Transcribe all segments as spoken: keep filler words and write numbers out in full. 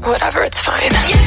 Whatever, it's fine.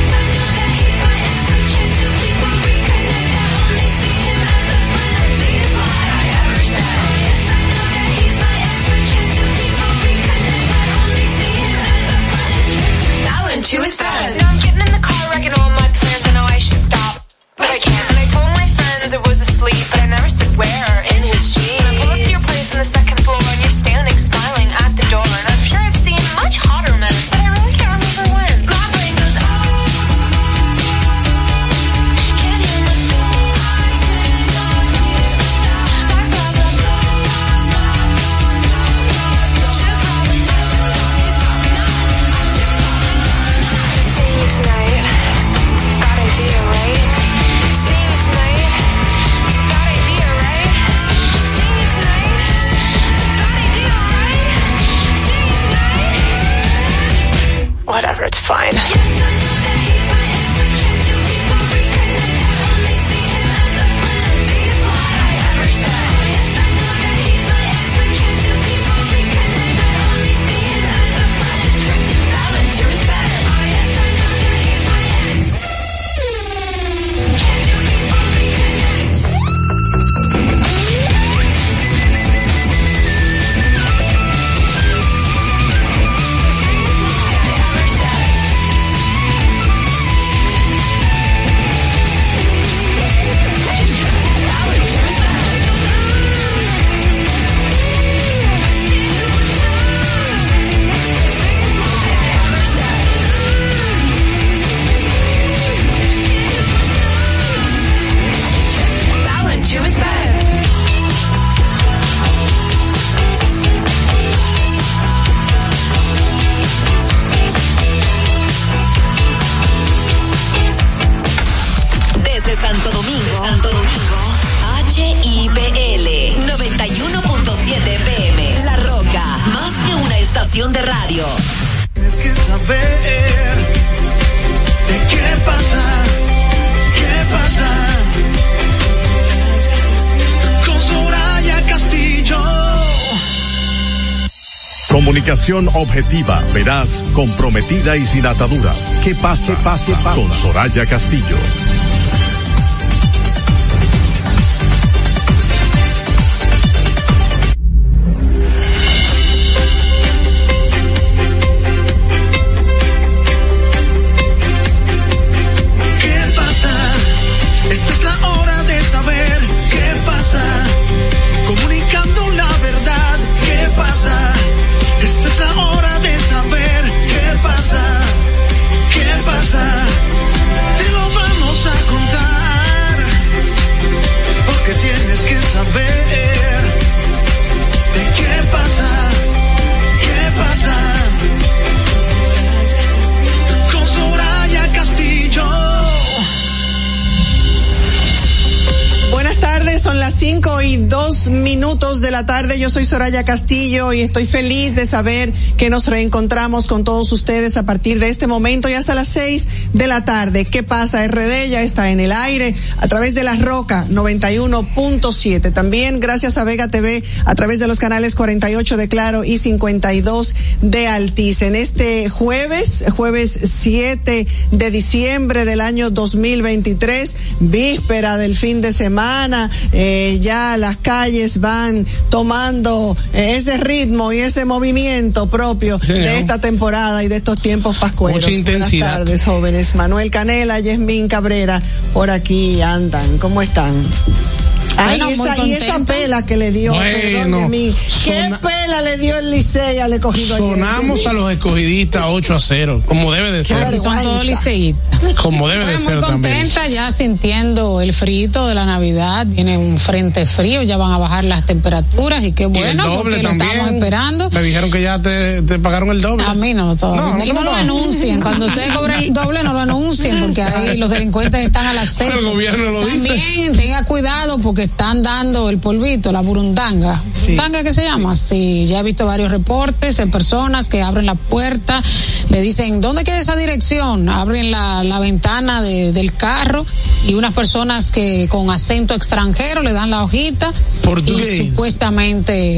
Two is bad. Now I'm getting in the car, wrecking all my plans. I know I should stop, but I can't. And I told my friends it was asleep, but I never said where. In his jeans. I pull up to your place on the second floor, and you're standing smiling at the door. And I'm sure I've seen much hotter men, but I really can't remember when. My brain goes, oh, can't hear my soul. That's all the should probably not. Seeing you tonight, it's a bad idea, right? Seeing you tonight, it's a bad idea, right? Seeing you tonight, it's a bad idea, right? Seeing you tonight. Whatever, it's fine. Yes, I know that he's my ex, but can't two people reconnect? I only see him as a friend. Biggest lie I ever said. Yes, I know that he's my ex, but can't two people reconnect? I only see him as a friend. Just tricked and fell into his bed. Oh yes, I know that he's my ex. Can't two people reconnect? Biggest lie I ever said. Just tricked and fell into his bed. Biggest lie I ever said. Just tricked and fell into his bed. Desde Santo Domingo, Santo Domingo, H I P L noventa y uno punto siete F M. La Roca, más que una estación de radio. Tienes que saber de qué pasa, qué pasa con Soraya Castillo. Comunicación objetiva, veraz, comprometida y sin ataduras. ¿Qué pasa? ¿Qué pasa? Con Soraya Castillo. ¿Qué pasa? Esta es la hora de saber qué pasa. Comunicando la verdad, ¿qué pasa? Esta es la hora de saber qué pasa. ¿Qué pasa? Te lo vamos a contar, porque tienes que saber de qué pasa. ¿Qué pasa? Con Soraya Castillo. Buenas tardes, son las cinco y dos minutos de la tarde. Yo soy Soraya Castillo y estoy feliz de saber que nos reencontramos con todos ustedes a partir de este momento y hasta las seis de la tarde. ¿Qué pasa? R D ya está en el aire a través de La Roca noventa y uno punto siete. También gracias a Vega T V a través de los canales cuarenta y ocho de Claro y cincuenta y dos de Altiz. En este jueves, jueves siete de diciembre del año dos mil veintitrés, víspera del fin de semana, eh, ya las calles van tomando eh, ese ritmo y ese movimiento propio sí, de esta temporada y de estos tiempos pascueros. Mucha intensidad. Buenas tardes, jóvenes. Manuel Canela, Yasmín Cabrera, por aquí andan. ¿Cómo están? Ay, bueno, esa, y esa pela que le dio, bueno, perdón de mí. ¿Qué sona, pela le dio el Licey al escogido ayer? Sonamos a los escogidistas ocho a cero, como debe de ser. Claro, son todos liceístas. Como debe de ser también. Muy contenta ya sintiendo el frito de la Navidad. Viene un frente frío, ya van a bajar las temperaturas y qué bueno, y porque lo estamos esperando. Me dijeron que ya te, te pagaron el doble. A mí no, todo. No, no, y no, no lo anuncien. Cuando ustedes cobren el doble, no lo anuncien, porque ahí los delincuentes están a las seis. El gobierno lo También, dice. También tenga cuidado porque están dando el polvito, la burundanga. Sí. ¿Burundanga qué se llama? Sí, ya he visto varios reportes de personas que abren la puerta, le dicen, ¿dónde queda esa dirección? Abren la, la ventana de, del carro y unas personas que con acento extranjero le dan la hojita. Portugués. Y supuestamente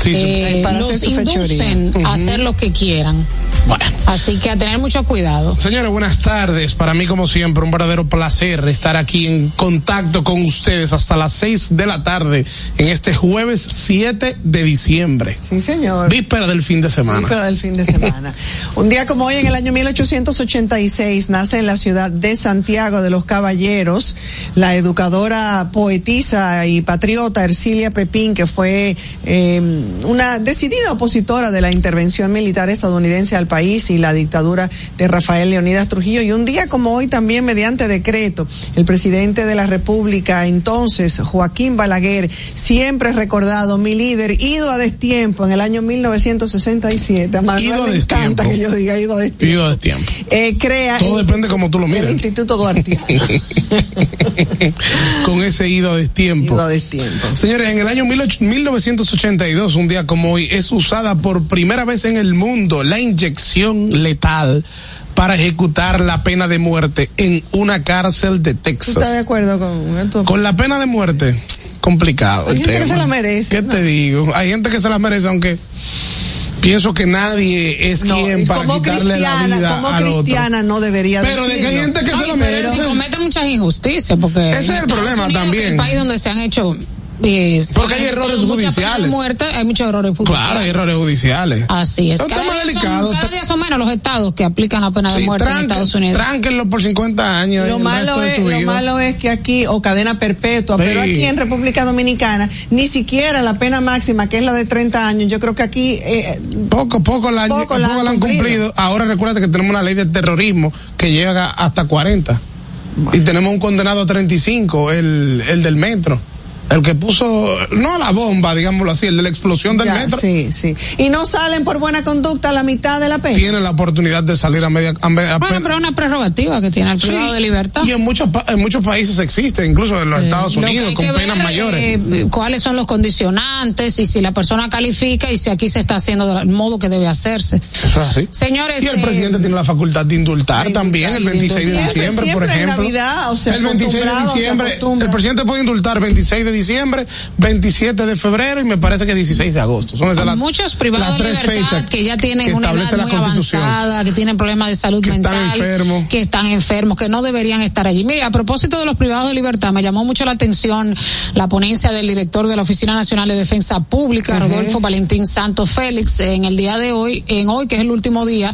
Sí, sí. eh, Para los hacer su fechoría. inducen a hacer lo que quieran. Bueno. Así que a tener mucho cuidado. Señores, buenas tardes. Para mí, como siempre, un verdadero placer estar aquí en contacto con ustedes hasta las seis de la tarde en este jueves siete de diciembre. Sí, señor. Víspera del fin de semana. Víspera del fin de semana. Un día como hoy, en el año mil ochocientos ochenta y seis, nace en la ciudad de Santiago de los Caballeros la educadora, poetisa y patriota Ercilia Pepín, que fue eh, una decidida opositora de la intervención militar estadounidense al país y la dictadura de Rafael Leónidas Trujillo. Y un día como hoy, también mediante decreto, el presidente de la República entonces, Joaquín Balaguer, siempre recordado, mi líder, ido a destiempo en el año mil novecientos sesenta y siete. A Manuel Ido a le encanta destiempo. que yo diga ido a destiempo. Ido a destiempo. Eh, crea Todo el, depende como tú lo el mires. Instituto Duarte. Con ese ido a destiempo. Ido a destiempo. Señores, en el año mil novecientos ochenta y dos, un día como hoy, es usada por primera vez en el mundo la inyección letal para ejecutar la pena de muerte en una cárcel de ¿Tú Texas. estás de acuerdo con esto? Con la pena de muerte, complicado. Hay el gente que tema. se la merece, ¿Qué ¿no? te digo? Hay gente que se la merece, aunque pienso que nadie es No, quien para como quitarle la cristiana, vida como al cristiana no debería otro. Pero de que hay decirlo. gente que se Ay, lo pero merece. se cometen muchas injusticias porque Ese es el en Estados problema Unidos, también. que es el país donde se han hecho eh, se Porque han hay errores ejecutado muchas penas de judiciales. muerte, hay muchos errores judiciales. Claro, hay errores judiciales. Así es. Es un Cada tema día son- delicado. cada día son menos los estados que aplican la pena de Sí, muerte en tranquen- Estados Unidos. Tránquenlo por cincuenta años. Lo el malo resto de es, su lo vida. malo es que aquí, o cadena perpetua, Sí. pero aquí en República Dominicana, ni siquiera la pena máxima, que es la de treinta años, yo creo que aquí, eh, Poco, poco la, Poco poco la la han han cumplido. cumplido. Ahora recuerda que tenemos una ley de terrorismo que llega hasta cuarenta. Y tenemos un condenado a treinta y cinco, el, el del metro. El que puso, no la bomba, digámoslo así, el de la explosión del ya, metro. sí, sí. Y no salen por buena conducta a la mitad de la pena. Tiene la oportunidad de salir a media, a media Bueno, pero es una prerrogativa que tiene el Sí, privado de libertad. Y en muchos pa- en muchos países existe, incluso en los Estados Lo que Unidos, hay con que penas ver, mayores. eh, cuáles son los condicionantes y si la persona califica y si aquí se está haciendo del modo que debe hacerse. Eso es así. Señores, Y el eh, presidente tiene la facultad de indultar de también el indultar, veintiséis de siempre, diciembre, por siempre en ejemplo. Navidad, o sea, el veintiséis de acostumbrado, se diciembre, acostumbra. el presidente puede indultar veintiséis de diciembre, veintisiete de febrero y me parece que dieciséis de agosto. Son esas las- muchos privados las de tres libertad fechas que ya tienen que una edad establece la muy Constitución. avanzada, que tienen problemas de salud Que están mental, enfermos. que están enfermos, que no deberían estar allí. Mire, a propósito de los privados de libertad, me llamó mucho la atención la ponencia del director de la Oficina Nacional de Defensa Pública, Rodolfo Valentín Santos Félix, en el día de hoy, en hoy que es el último día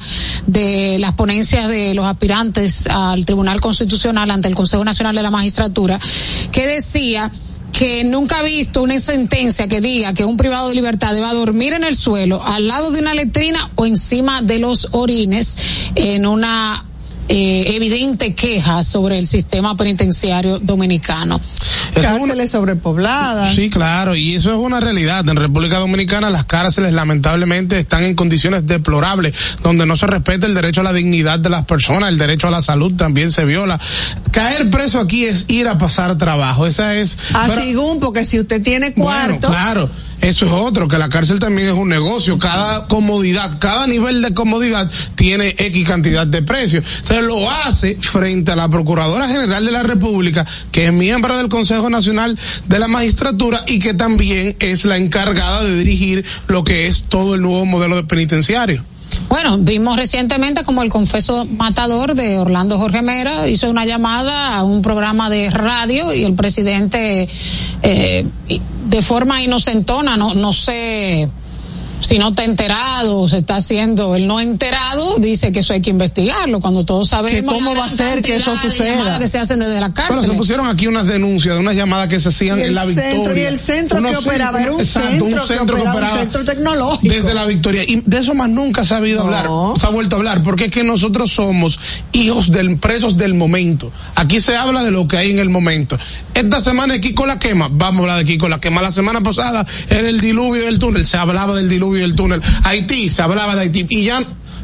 de las ponencias de los aspirantes al Tribunal Constitucional ante el Consejo Nacional de la Magistratura, que decía que nunca ha visto una sentencia que diga que un privado de libertad deba dormir en el suelo, al lado de una letrina o encima de los orines, en una eh, evidente queja sobre el sistema penitenciario dominicano. Eso es una- Cárceles sobrepobladas. Sí, claro, y eso es una realidad. En República Dominicana las cárceles lamentablemente están en condiciones deplorables, donde no se respeta el derecho a la dignidad de las personas, el derecho a la salud también se viola. Caer preso aquí es ir a pasar trabajo, esa es... pero- Así, porque si usted tiene cuarto, Bueno, claro. Eso es otro, que la cárcel también es un negocio. Cada comodidad, cada nivel de comodidad tiene X cantidad de precios. Entonces lo hace frente a la Procuradora General de la República, que es miembro del Consejo Nacional de la Magistratura y que también es la encargada de dirigir lo que es todo el nuevo modelo de penitenciario. Bueno, vimos recientemente como el confeso matador de Orlando Jorge Mera hizo una llamada a un programa de radio y el presidente eh, de forma inocentona, no, no sé si no está enterado o se está haciendo el no enterado, dice que eso hay que investigarlo, cuando todos sabemos Que cómo la va a ser que eso cantidad de suceda. llamadas que se hacen desde la cárcel. Pero se pusieron aquí unas denuncias de unas llamadas que se hacían Y el en la centro, Victoria. y el centro Unos que operaba, era un exacto, centro que operaba, un centro tecnológico. desde la Victoria. Y de eso más nunca se ha habido No. hablar, se ha vuelto a hablar, porque es que nosotros somos hijos del presos del momento. Aquí se habla de lo que hay en el momento. Esta semana es Kiko la quema, vamos a hablar de Kiko la quema. La semana pasada era el diluvio del túnel, se hablaba del diluvio del túnel. Haití, se hablaba de Haití. Y ya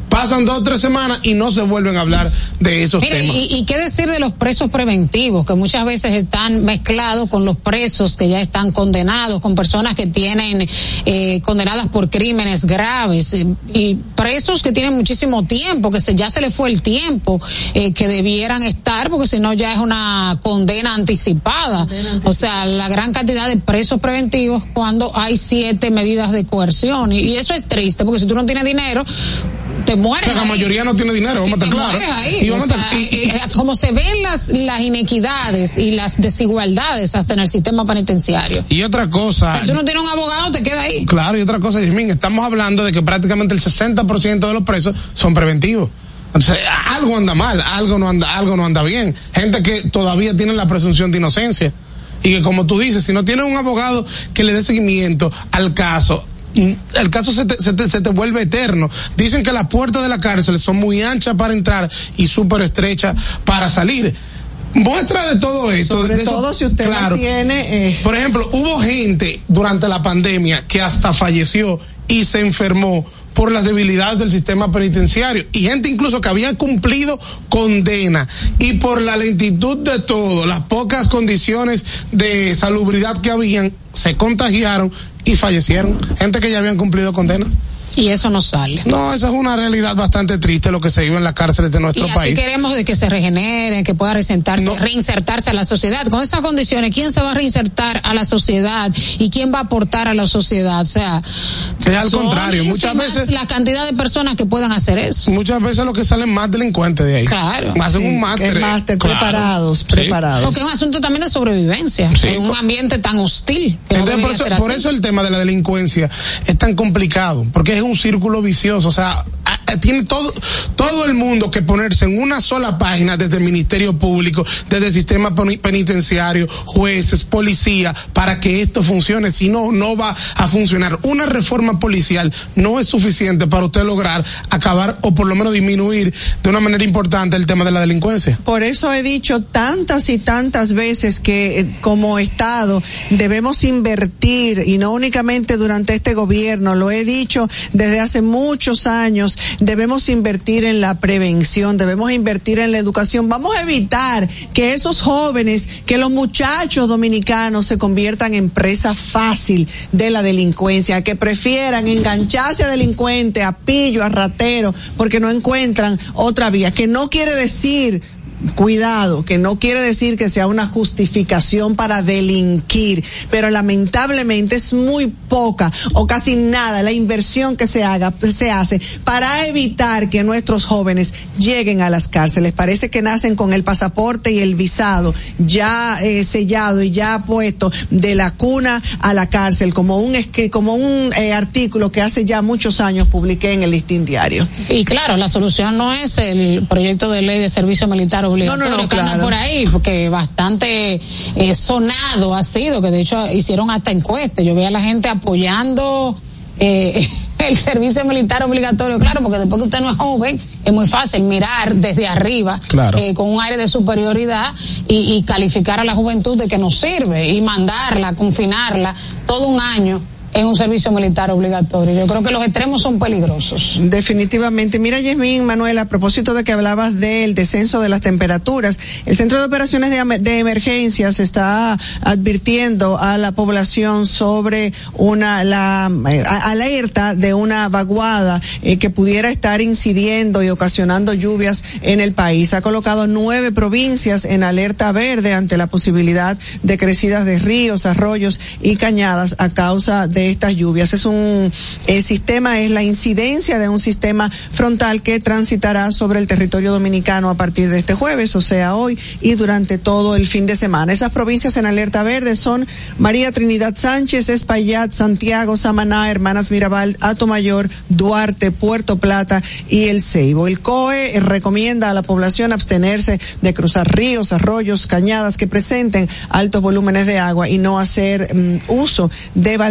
pasan dos o tres semanas y no se vuelven a hablar de esos Mire, temas. Y, y qué decir de los presos preventivos, que muchas veces están mezclados con los presos que ya están condenados, con personas que tienen eh, condenadas por crímenes graves, eh, y presos que tienen muchísimo tiempo, que se, ya se les fue el tiempo eh, que debieran estar, porque si no ya es una condena anticipada. condena anticipada. O sea, la gran cantidad de presos preventivos cuando hay siete medidas de coerción, y, y eso es triste, porque si tú no tienes dinero, te mueres. O sea, la mayoría no tiene dinero, vamos a estar claros. Y vamos o sea, a estar, y, y, eh, como se ven las, las inequidades y las desigualdades hasta en el sistema penitenciario. Y otra cosa. Si tú no tienes un abogado, te queda ahí. Claro, y otra cosa, Yasmín, estamos hablando de que prácticamente el sesenta por ciento de los presos son preventivos. Entonces, algo anda mal, algo no anda, algo no anda bien. Gente que todavía tiene la presunción de inocencia. Y que, como tú dices, si no tienes un abogado que le dé seguimiento al caso, el caso se te, se, te, se te vuelve eterno. Dicen que las puertas de la cárcel son muy anchas para entrar y súper estrechas para salir. Muestra de todo esto. Sobre de eso, todo si usted claro, no tiene... Eh. Por ejemplo, hubo gente durante la pandemia que hasta falleció y se enfermó por las debilidades del sistema penitenciario, y gente incluso que había cumplido condena, y por la lentitud de todo, las pocas condiciones de salubridad que habían, se contagiaron y fallecieron. Gente que ya habían cumplido condena. Y eso no sale. No, esa es una realidad bastante triste, lo que se vive en las cárceles de nuestro y país. Y así queremos de que se regeneren, que pueda reinsertarse, no. reinsertarse a la sociedad. Con esas condiciones, ¿quién se va a reinsertar a la sociedad? ¿Y quién va a aportar a la sociedad? O sea, es al contrario. Muchas veces la cantidad de personas que puedan hacer eso. Muchas veces lo que salen más delincuentes de ahí. Claro. Hacen sí, un máster. máster, claro. preparados, sí. preparados. Porque es un asunto también de sobrevivencia. Sí. En un ambiente tan hostil. Que Entonces, no por, eso, ser por así. eso el tema de la delincuencia es tan complicado, porque es un círculo vicioso. O sea, a, a, tiene todo, todo el mundo que ponerse en una sola página, desde el Ministerio Público, desde el sistema penitenciario, jueces, policía, para que esto funcione. Si no, no va a funcionar. Una reforma policial no es suficiente para usted lograr acabar o por lo menos disminuir de una manera importante el tema de la delincuencia. Por eso he dicho tantas y tantas veces que eh, como Estado debemos invertir, y no únicamente durante este gobierno, lo he dicho desde hace muchos años, debemos invertir en la prevención, debemos invertir en la educación. Vamos a evitar que esos jóvenes, que los muchachos dominicanos se conviertan en presa fácil de la delincuencia, que prefieran engancharse a delincuente, a pillo, a ratero, porque no encuentran otra vía, que no quiere decir, cuidado, que no quiere decir que sea una justificación para delinquir, pero lamentablemente es muy poca o casi nada la inversión que se haga, se hace para evitar que nuestros jóvenes lleguen a las cárceles. Parece que nacen con el pasaporte y el visado ya eh, sellado y ya puesto de la cuna a la cárcel, como un como un eh, artículo que hace ya muchos años publiqué en el Listín Diario. Y claro, la solución no es el proyecto de ley de servicio militar obligatorio, no, no, no, que anda claro. por ahí, porque bastante eh, sonado ha sido, que de hecho hicieron hasta encuestas. Yo veía a la gente apoyando eh, el servicio militar obligatorio, claro, porque después que usted no es joven, es muy fácil mirar desde arriba, claro. eh, con un aire de superioridad y, y calificar a la juventud de que no sirve y mandarla, confinarla todo un año en un servicio militar obligatorio. Yo creo que los extremos son peligrosos. Definitivamente. Mira, Yasmín, Manuel, a propósito de que hablabas del descenso de las temperaturas, el Centro de Operaciones de, de Emergencias está advirtiendo a la población sobre una la eh, alerta de una vaguada eh, que pudiera estar incidiendo y ocasionando lluvias en el país. Ha colocado nueve provincias en alerta verde ante la posibilidad de crecidas de ríos, arroyos y cañadas a causa de de estas lluvias. Es un eh, sistema, es la incidencia de un sistema frontal que transitará sobre el territorio dominicano a partir de este jueves, o sea, hoy y durante todo el fin de semana. Esas provincias en alerta verde son María Trinidad Sánchez, Espaillat, Santiago, Samaná, Hermanas Mirabal, Atomayor, Duarte, Puerto Plata y El Ceibo. El C O E eh, recomienda a la población abstenerse de cruzar ríos, arroyos, cañadas que presenten altos volúmenes de agua y no hacer um, uso de balnearios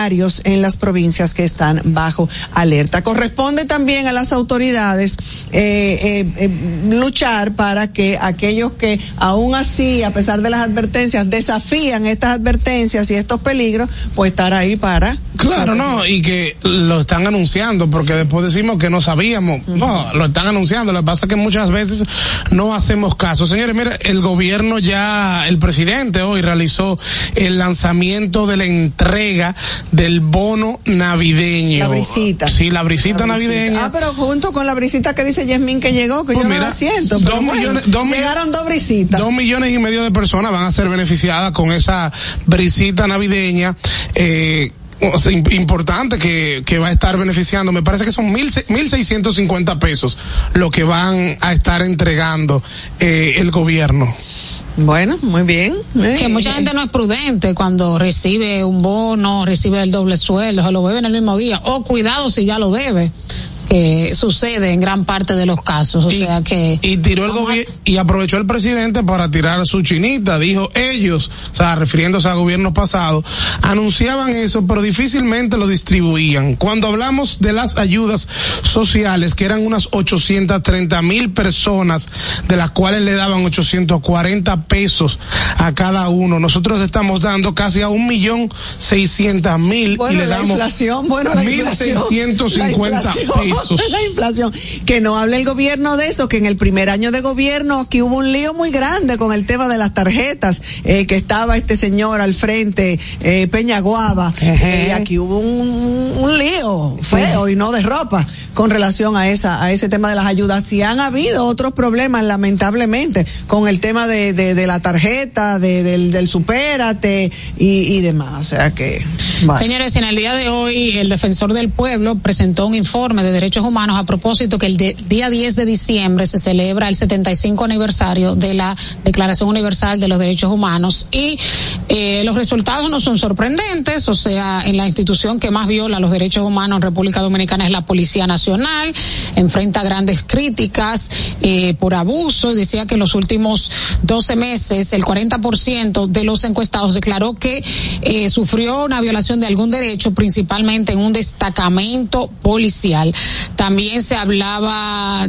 sanitarios en las provincias que están bajo alerta. Corresponde también a las autoridades eh, eh, eh, luchar para que aquellos que aún así, a pesar de las advertencias, desafían estas advertencias y estos peligros, pues estar ahí para... Claro, no, y que lo están anunciando, porque sí. Después decimos que no sabíamos. Uh-huh. No, lo están anunciando. Lo que pasa es que muchas veces no hacemos caso. Señores, mire, el gobierno ya, el presidente hoy realizó el lanzamiento de la entrega del bono navideño. La brisita. Sí, la brisita la navideña. Brisita. Ah, pero junto con la brisita que dice Yasmín que llegó, que pues yo mira, no la siento. Pero dos bueno, millones, dos llegaron dos brisitas. Dos millones y medio de personas van a ser beneficiadas con esa brisita navideña. Eh, importante que, que va a estar beneficiando, me parece que son mil, mil seiscientos cincuenta pesos lo que van a estar entregando eh, el gobierno. Bueno, muy bien. Eh. Que mucha gente no es prudente cuando recibe un bono, recibe el doble sueldo, se lo bebe en el mismo día, o cuidado si ya lo debe. Que sucede en gran parte de los casos, o y, sea que... Y tiró el gobierno, y aprovechó el presidente para tirar su chinita, dijo ellos, o sea, refiriéndose a gobiernos pasados, anunciaban eso, pero difícilmente lo distribuían. Cuando hablamos de las ayudas sociales, que eran unas ochocientas treinta mil personas, de las cuales le daban ochocientos cuarenta pesos a cada uno, nosotros estamos dando casi a un millón seiscientas mil bueno, y le la damos inflación, bueno, la mil seiscientos cincuenta pesos. La inflación, que no hable el gobierno de eso, que en el primer año de gobierno aquí hubo un lío muy grande con el tema de las tarjetas, eh, que estaba este señor al frente, eh, Peñaguaba, uh-huh. eh, y aquí hubo un, un lío feo, uh-huh. y no de ropa, con relación a esa, a ese tema de las ayudas. Y han habido otros problemas, lamentablemente, con el tema de, de, de la tarjeta, de, del, del supérate y, y demás, o sea que... Vale. Señores, en el día de hoy el Defensor del Pueblo presentó un informe de derechos humanos a propósito que el de, día diez de diciembre se celebra el setenta y cinco aniversario de la Declaración Universal de los Derechos Humanos y eh, los resultados no son sorprendentes, o sea, en la institución que más viola los derechos humanos en República Dominicana es la Policía Nacional, enfrenta grandes críticas eh, por abuso, y decía que en los últimos doce meses el cuarenta por ciento de los encuestados declaró que eh, sufrió una violación de algún derecho, principalmente en un destacamento policial. También se hablaba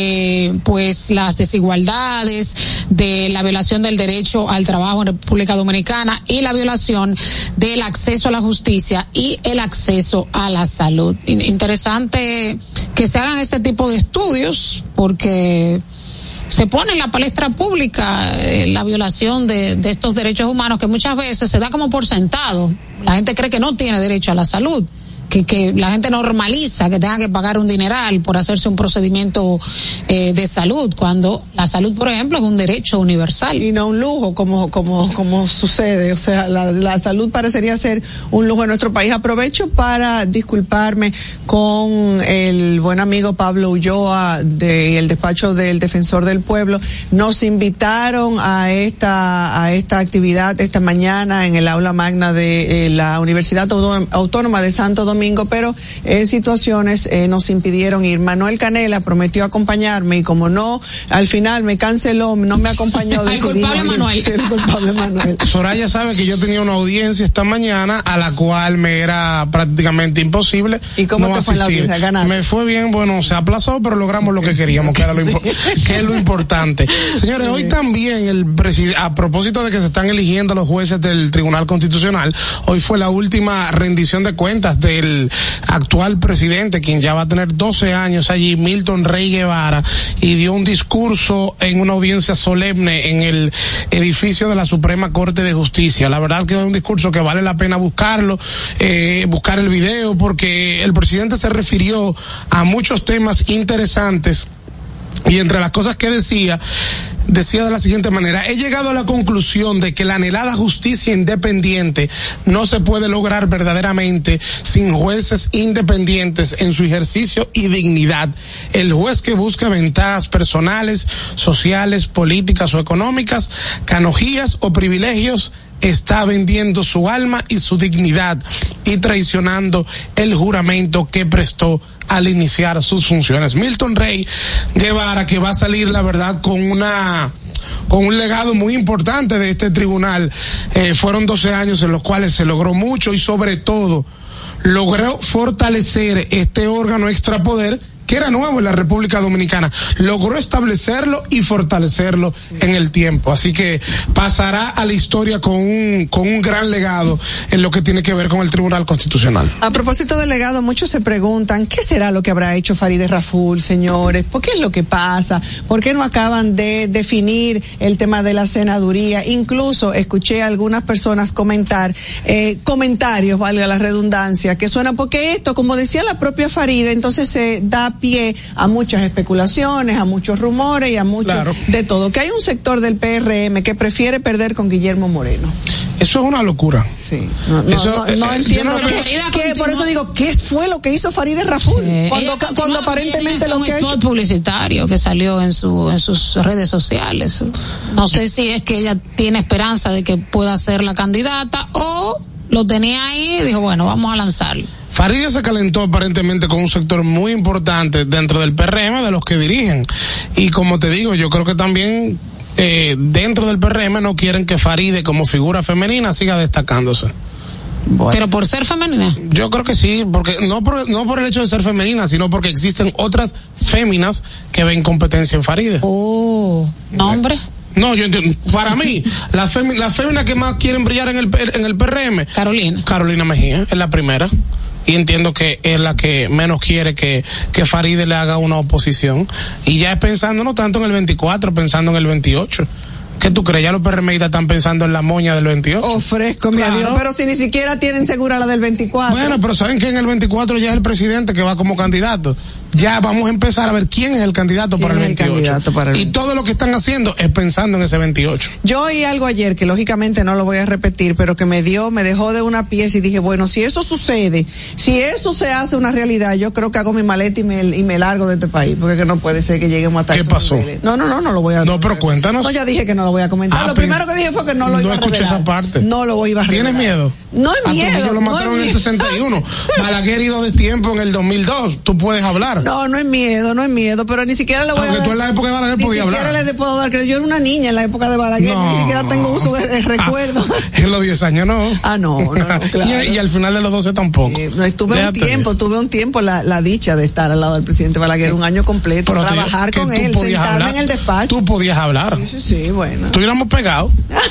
de pues las desigualdades, de la violación del derecho al trabajo en República Dominicana y la violación del acceso a la justicia y el acceso a la salud. Interesante que se hagan este tipo de estudios porque se pone en la palestra pública eh, la violación de, de estos derechos humanos que muchas veces se da como por sentado. La gente cree que no tiene derecho a la salud, que, que la gente normaliza que tenga que pagar un dineral por hacerse un procedimiento eh, de salud, cuando la salud, por ejemplo, es un derecho universal. Y no un lujo, como como como sucede. O sea, la, la salud parecería ser un lujo en nuestro país. Aprovecho para disculparme con el buen amigo Pablo Ulloa de el despacho del Defensor del Pueblo. Nos invitaron a esta a esta actividad esta mañana en el aula magna de eh, la Universidad Autónoma de Santo Domingo, pero en eh, situaciones eh, nos impidieron ir. Manuel Canela prometió acompañarme y como no, al final me canceló, no me acompañó. El culpable Manuel. El culpable Manuel. Soraya sabe que yo tenía una audiencia esta mañana a la cual me era prácticamente imposible. ¿Y cómo no te fue asistir. la audiencia? Me fue bien, bueno, se aplazó, pero logramos lo que queríamos, que era lo, impo- que es lo importante. Señores, hoy también el presid- a propósito de que se están eligiendo los jueces del Tribunal Constitucional, hoy fue la última rendición de cuentas del actual presidente, quien ya va a tener doce años allí, Milton Rey Guevara, y dio un discurso en una audiencia solemne en el edificio de la Suprema Corte de Justicia. La verdad que es un discurso que vale la pena buscarlo, eh, buscar el video, porque el presidente se refirió a muchos temas interesantes y entre las cosas que decía, decía de la siguiente manera: he llegado a la conclusión de que la anhelada justicia independiente no se puede lograr verdaderamente sin jueces independientes en su ejercicio y dignidad. El juez que busca ventajas personales, sociales, políticas o económicas, canonjías o privilegios, está vendiendo su alma y su dignidad y traicionando el juramento que prestó al iniciar sus funciones. Milton Rey Guevara, que va a salir, la verdad, con una con un legado muy importante de este tribunal. Eh, fueron doce años en los cuales se logró mucho y sobre todo logró fortalecer este órgano extrapoder que era nuevo en la República Dominicana, logró establecerlo y fortalecerlo sí. en el tiempo, así que pasará a la historia con un con un gran legado en lo que tiene que ver con el Tribunal Constitucional. A propósito del legado, muchos se preguntan, ¿qué será lo que habrá hecho Farideh Raful, señores? ¿Por qué es lo que pasa? ¿Por qué no acaban de definir el tema de la senaduría? Incluso escuché a algunas personas comentar, eh, comentarios, valga la redundancia, que suenan porque esto, como decía la propia Farideh, entonces se da pie a muchas especulaciones, a muchos rumores y a mucho claro. de todo. Que hay un sector del P R M que prefiere perder con Guillermo Moreno. Eso es una locura. Sí. No, no, eso, no, no eh, entiendo. no que, que, por eso digo, ¿qué fue lo que hizo Farideh Raful? Sí. Cuando, cuando aparentemente lo que ha hecho. Un spot publicitario que salió en su en sus redes sociales. No sé si es que ella tiene esperanza de que pueda ser la candidata o lo tenía ahí y dijo, bueno, vamos a lanzarlo. Farideh se calentó aparentemente con un sector muy importante dentro del P R M, de los que dirigen. Y como te digo, yo creo que también eh, dentro del P R M no quieren que Farideh como figura femenina siga destacándose. Bueno. Pero por ser femenina. Yo creo que sí, porque no por, no por el hecho de ser femenina, sino porque existen otras féminas que ven competencia en Farideh. Oh, ¿nombre? No, yo entiendo. Para mí, las femi- la féminas que más quieren brillar en el, en el P R M. Carolina. Carolina Mejía, es la primera. Y entiendo que es la que menos quiere que, que Farideh le haga una oposición. Y ya es pensando no tanto en el veinticuatro, pensando en el veintiocho. ¿Qué tú crees? Ya los PRMistas están pensando en la moña del veintiocho. Ofrezco, mi claro. Dios, pero si ni siquiera tienen segura la del veinticuatro. Bueno, pero saben que en el veinticuatro ya es el presidente que va como candidato. Ya vamos a empezar a ver quién es el candidato para el veintiocho. El candidato para el... Y todo lo que están haciendo es pensando en ese veintiocho. Yo oí algo ayer que lógicamente no lo voy a repetir, pero que me dio, me dejó de una pieza y dije, bueno, si eso sucede, si eso se hace una realidad, yo creo que hago mi maleta y me, y me largo de este país, porque que no puede ser que lleguemos hasta ¿Qué pasó? Niveles. No, no, no, no lo voy a... No, pero cuéntanos. No, ya dije que no lo voy a comentar. Ah, lo primero que dije fue que no lo no iba a revelar. No escuché esa parte. No lo iba a revelar. ¿Tienes miedo? No es ah, miedo. Ellos lo mataron no en el sesenta y uno. Balaguer ido de tiempo en el dos mil dos. Tú puedes hablar. No, no es miedo, no es miedo, pero ni siquiera le voy Aunque a dar. Tú en la época de Balaguer podías hablar. Ni siquiera le puedo dar, que yo era una niña en la época de Balaguer, no. ni siquiera tengo uso de, de recuerdo. Ah, en los diez años no. Ah, no, no, no claro. y, y al final de los doce tampoco. Eh, tuve Déjate un tiempo, eso. tuve un tiempo la, la dicha de estar al lado del presidente Balaguer, un año completo, pero trabajar con él, sentarme hablar. en el despacho. Tú podías hablar. Sí, sí, sí, bueno. Estuviéramos pegados.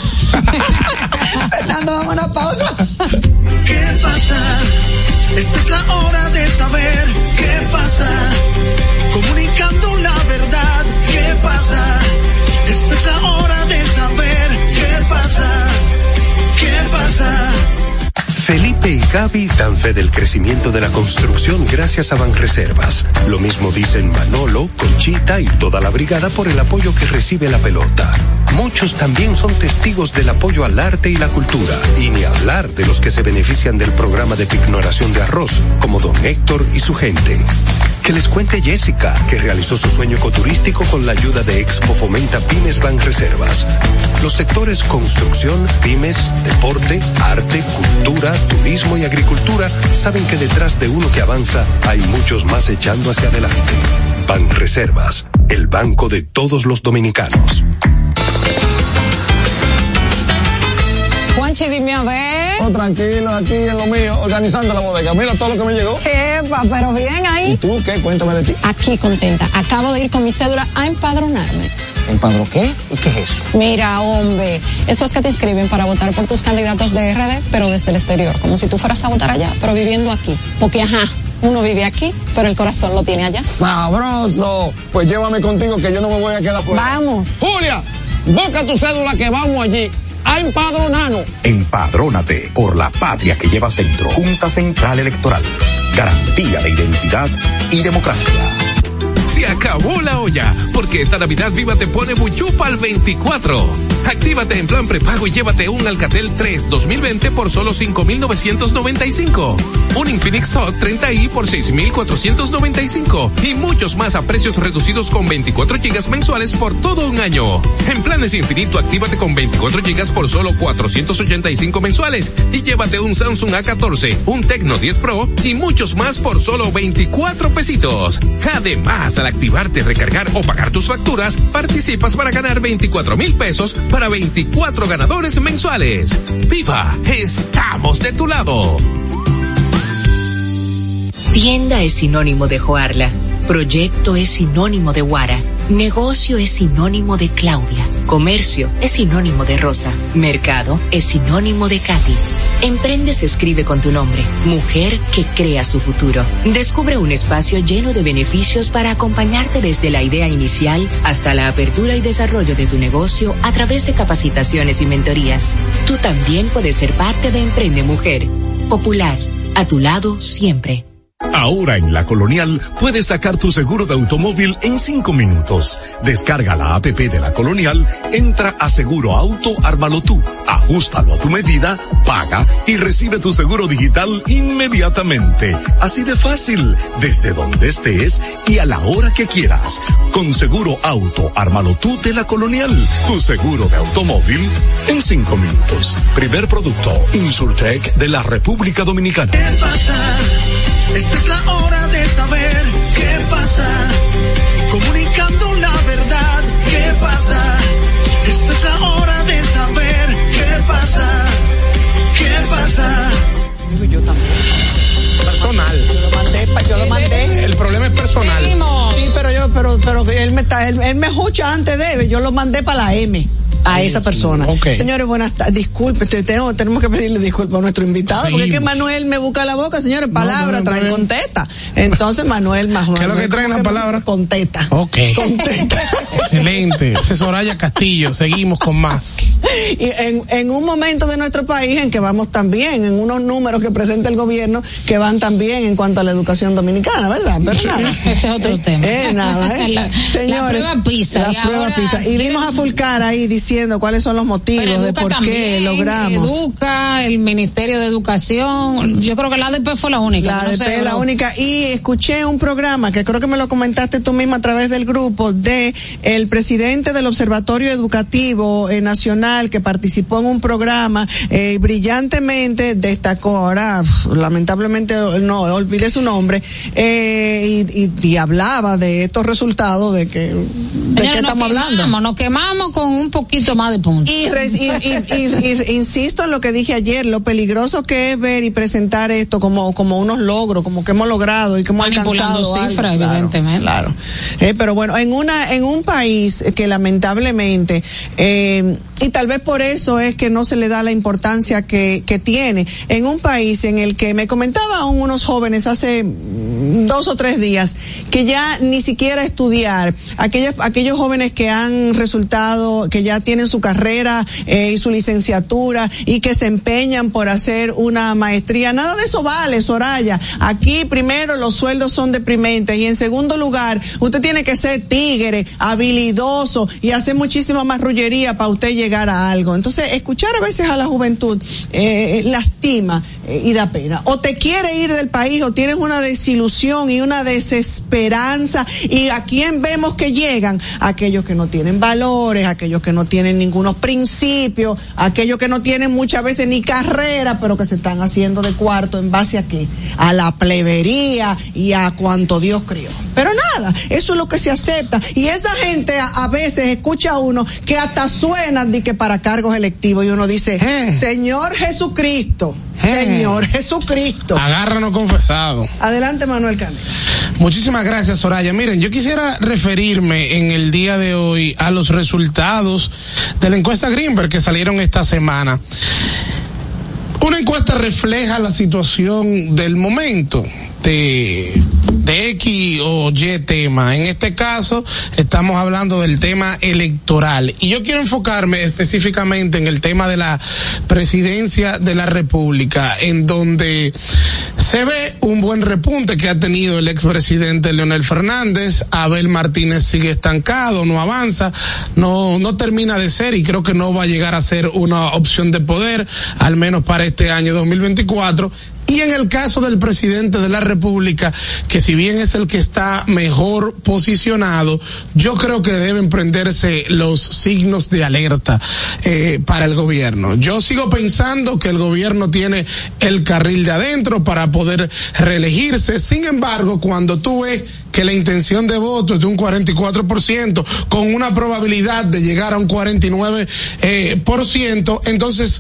Fernando, vamos a una pausa. ¿Qué pasa? Esta es la hora de saber qué pasa. Comunicando la verdad, ¿qué pasa? Esta es la hora de saber qué pasa. ¿Qué pasa? Felipe y Gaby dan fe del crecimiento de la construcción gracias a Banreservas. Lo mismo dicen Manolo, Conchita y toda la brigada por el apoyo que recibe la pelota. Muchos también son testigos del apoyo al arte y la cultura. Y ni hablar de los que se benefician del programa de pignoración de arroz, como don Héctor y su gente. Que les cuente Jessica, que realizó su sueño ecoturístico con la ayuda de Expo Fomenta Pymes Banreservas. Los sectores construcción, pymes, deporte, arte, cultura, turismo y agricultura saben que detrás de uno que avanza hay muchos más echando hacia adelante. Banreservas, el banco de todos los dominicanos. Juanchi, dime a ver. Oh, tranquilo, aquí en lo mío, organizando la bodega. Mira todo lo que me llegó. Epa, pero bien ahí. ¿Y tú qué? Cuéntame de ti. Aquí contenta. Acabo de ir con mi cédula a empadronarme. ¿Empadrón qué? ¿Y qué es eso? Mira, hombre, eso es que te inscriben para votar por tus candidatos de R D, pero desde el exterior, como si tú fueras a votar allá, pero viviendo aquí. Porque, ajá, uno vive aquí, pero el corazón lo tiene allá. ¡Sabroso! Pues llévame contigo que yo no me voy a quedar fuera. Vamos. Julia, busca tu cédula que vamos allí a empadronarnos. Empadrónate por la patria que llevas dentro. Junta Central Electoral. Garantía de identidad y democracia. Se acabó la olla, porque esta Navidad Viva te pone Buchupa al veinticuatro. Actívate en plan prepago y llévate un Alcatel tres dos mil veinte por solo cinco mil novecientos noventa y cinco. Un Infinix Hot treinta i por seis mil cuatrocientos noventa y cinco. Y muchos más a precios reducidos con veinticuatro gigas mensuales por todo un año. En Planes Infinito, actívate con veinticuatro gigas por solo cuatrocientos ochenta y cinco mensuales. Y llévate un Samsung A catorce, un Tecno diez Pro y muchos más por solo veinticuatro pesitos. Además, al activarte, recargar o pagar tus facturas, participas para ganar veinticuatro mil pesos para veinticuatro ganadores mensuales. ¡Viva! ¡Estamos de tu lado! Tienda es sinónimo de Joarla. Proyecto es sinónimo de Guara. Negocio es sinónimo de Claudia. Comercio es sinónimo de Rosa. Mercado es sinónimo de Katy. Emprende se escribe con tu nombre. Mujer que crea su futuro. Descubre un espacio lleno de beneficios para acompañarte desde la idea inicial hasta la apertura y desarrollo de tu negocio a través de capacitaciones y mentorías. Tú también puedes ser parte de Emprende Mujer. Popular, a tu lado siempre. Ahora en La Colonial puedes sacar tu seguro de automóvil en cinco minutos. Descarga la app de La Colonial, entra a Seguro Auto, ármalo tú, ajústalo a tu medida, paga y recibe tu seguro digital inmediatamente. Así de fácil, desde donde estés y a la hora que quieras. Con Seguro Auto, ármalo tú de La Colonial, tu seguro de automóvil en cinco minutos. Primer producto, Insurtech de la República Dominicana. ¿Qué pasa? Esta es la hora de saber qué pasa. Comunicando la verdad, ¿qué pasa? Esta es la hora de saber qué pasa. ¿Qué pasa? Yo también. Personal. Yo lo mandé, pa- yo lo mandé. El problema es personal. Sí, pero yo, pero, pero él me está, él, él me escucha antes de, yo lo mandé para la M. A esa persona. Okay. Señores, buenas tardes. Disculpe, te- tenemos, tenemos que pedirle disculpas a nuestro invitado, Sí. porque es que Manuel me busca la boca, señores, palabras, no, no, traen no. con teta. Entonces, Manuel más ¿Qué es lo que traen las palabras? Con teta. Ok. Con teta. Excelente. Ese es Soraya Castillo. Seguimos con más. Y en, en un momento de nuestro país en que vamos también, en unos números que presenta el gobierno, que van también en cuanto a la educación dominicana, ¿verdad? Pero nada. Ese es otro Eh, tema. Eh, nada, ¿eh? La- Señores. la prueba PISA. La Y prueba ahora PISA. Y vimos a Fulcar ahí diciendo cuáles son los motivos Pero de Educa por qué también, logramos. Educa, el Ministerio de Educación, yo creo que la A D P fue la única. La no A D sé, P es la pero- única. Y escuché un programa que creo que me lo comentaste tú misma a través del grupo de el presidente del Observatorio Educativo eh, Nacional que participó en un programa eh, brillantemente destacó, ahora pf, lamentablemente no olvidé su nombre, eh, y, y, y hablaba de estos resultados de que de Señores, qué nos estamos hablando. quemamos, Nos quemamos con un poquito más de puntos. Y, res- y, y- y- y- insisto en lo que dije ayer, lo peligroso que es ver y presentar esto como como unos logros, como que hemos logrado y que hemos Manipulando alcanzado cifras, algo. Claro, evidentemente. Claro. Eh, pero bueno, en una en un país que lamentablemente eh, y tal vez por eso es que no se le da la importancia que que tiene, en un país en el que me comentaban unos jóvenes hace mm, dos o tres días que ya ni siquiera estudiar, aquellos aquellos jóvenes que han resultado, que ya tienen su carrera eh, y su licenciatura y que se empeñan por hacer una maestría, nada de eso vale, Soraya. Aquí primero los sueldos son deprimentes y en segundo lugar usted tiene que ser tigre, habilidoso y hacer muchísima marrullería para usted llegar a algo. Entonces, escuchar a veces a la juventud eh, lastima eh, y da pena. O te quiere ir del país o tienes una desilusión y una desesperanza, y a quién vemos que llegan, aquellos que no tienen valores, aquellos que no tienen ningunos principios, aquellos que no tienen muchas veces ni carrera, pero que se están haciendo de cuarto en base a qué, a la plebería y a cuanto Dios crió. Pero nada, eso es lo que se acepta, y esa gente a, a veces escucha a uno que hasta suenan de que para cargos electivos, y uno dice, Eh. Señor Jesucristo, Eh. Señor Jesucristo. Agárranos confesado. Adelante, Manuel Canel. Muchísimas gracias, Soraya. Miren, yo quisiera referirme en el día de hoy a los resultados de la encuesta Greenberg que salieron esta semana. Una encuesta refleja la situación del momento de, de X o Y tema. En este caso, estamos hablando del tema electoral. Y yo quiero enfocarme específicamente en el tema de la presidencia de la República, en donde se ve un buen repunte que ha tenido el expresidente Leonel Fernández. Abel Martínez sigue estancado, no avanza, no, no termina de ser, y creo que no va a llegar a ser una opción de poder, al menos para este año dos mil veinticuatro. Y en el caso del presidente de la República, que si bien es el que está mejor posicionado, yo creo que deben prenderse los signos de alerta eh, para el gobierno. Yo sigo pensando que el gobierno tiene el carril de adentro para poder reelegirse. Sin embargo, cuando tú ves que la intención de voto es de un cuarenta y cuatro por ciento, con una probabilidad de llegar a un cuarenta y nueve por ciento, eh, por ciento, entonces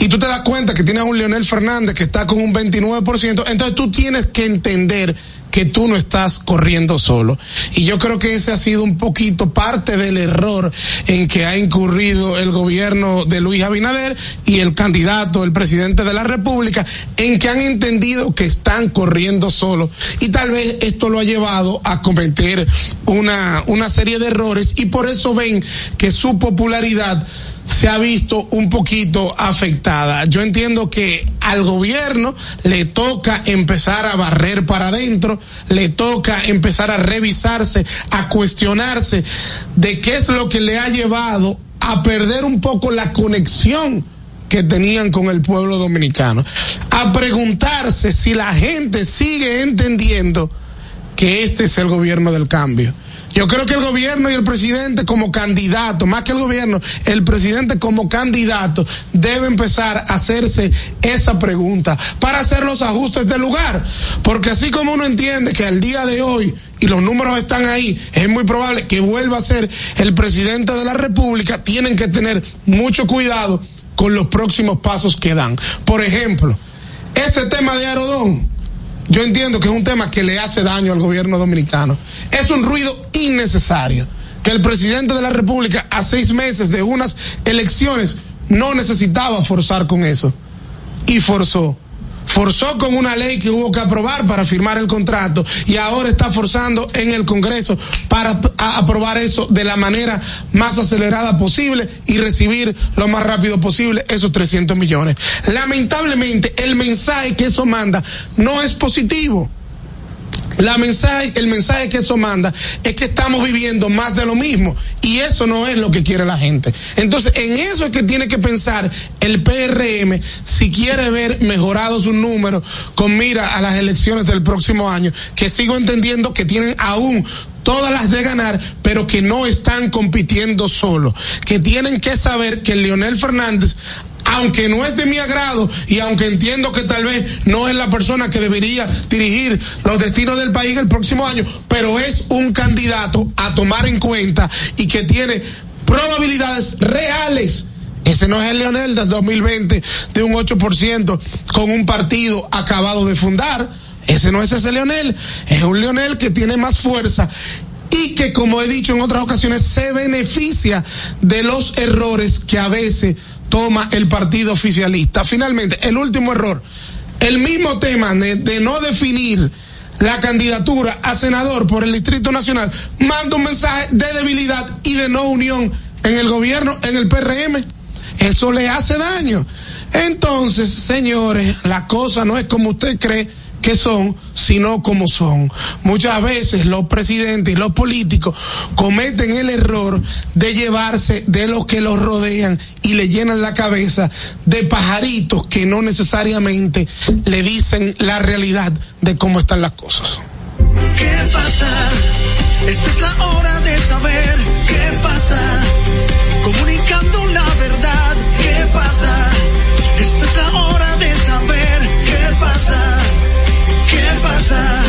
y tú te das cuenta que tienes a un Leonel Fernández que está con un veintinueve por ciento, entonces tú tienes que entender que tú no estás corriendo solo. Y yo creo que ese ha sido un poquito parte del error en que ha incurrido el gobierno de Luis Abinader y el candidato, el presidente de la República, en que han entendido que están corriendo solo. Y tal vez esto lo ha llevado a cometer una, una serie de errores, y por eso ven que su popularidad se ha visto un poquito afectada. Yo entiendo que al gobierno le toca empezar a barrer para adentro, le toca empezar a revisarse, a cuestionarse de qué es lo que le ha llevado a perder un poco la conexión que tenían con el pueblo dominicano, a preguntarse si la gente sigue entendiendo que este es el gobierno del cambio. Yo creo que el gobierno y el presidente como candidato, más que el gobierno, el presidente como candidato debe empezar a hacerse esa pregunta para hacer los ajustes del lugar. Porque así como uno entiende que al día de hoy, y los números están ahí, es muy probable que vuelva a ser el presidente de la República, tienen que tener mucho cuidado con los próximos pasos que dan. Por ejemplo, ese tema de Aerodón, yo entiendo que es un tema que le hace daño al gobierno dominicano. Es un ruido innecesario que el presidente de la República a seis meses de unas elecciones no necesitaba forzar con eso. Y forzó. Forzó con una ley que hubo que aprobar para firmar el contrato, y ahora está forzando en el Congreso para a aprobar eso de la manera más acelerada posible y recibir lo más rápido posible esos trescientos millones. Lamentablemente, el mensaje que eso manda no es positivo. La mensaje, el mensaje que eso manda es que estamos viviendo más de lo mismo, y eso no es lo que quiere la gente. Entonces, en eso es que tiene que pensar el P R M si quiere ver mejorados sus números con mira a las elecciones del próximo año, que sigo entendiendo que tienen aún todas las de ganar, pero que no están compitiendo solo, que tienen que saber que Leonel Fernández, aunque no es de mi agrado y aunque entiendo que tal vez no es la persona que debería dirigir los destinos del país el próximo año, pero es un candidato a tomar en cuenta y que tiene probabilidades reales. Ese no es el Leonel del dos mil veinte de un ocho por ciento con un partido acabado de fundar. Ese no es ese Leonel. Es un Leonel que tiene más fuerza y que, como he dicho en otras ocasiones, se beneficia de los errores que a veces toma el partido oficialista. Finalmente, el último error, el mismo tema de, de no definir la candidatura a senador por el Distrito Nacional, manda un mensaje de debilidad y de no unión en el gobierno, en el P R M. Eso le hace daño. Entonces, señores, la cosa no es como usted cree que son, sino como son. Muchas veces los presidentes y los políticos cometen el error de llevarse de los que los rodean y le llenan la cabeza de pajaritos que no necesariamente le dicen la realidad de cómo están las cosas. ¿Qué pasa? Esta es la hora de saber qué pasa. Comunicando la verdad, ¿qué pasa? Esta es la hora de saber qué pasa. ¿Qué pasa?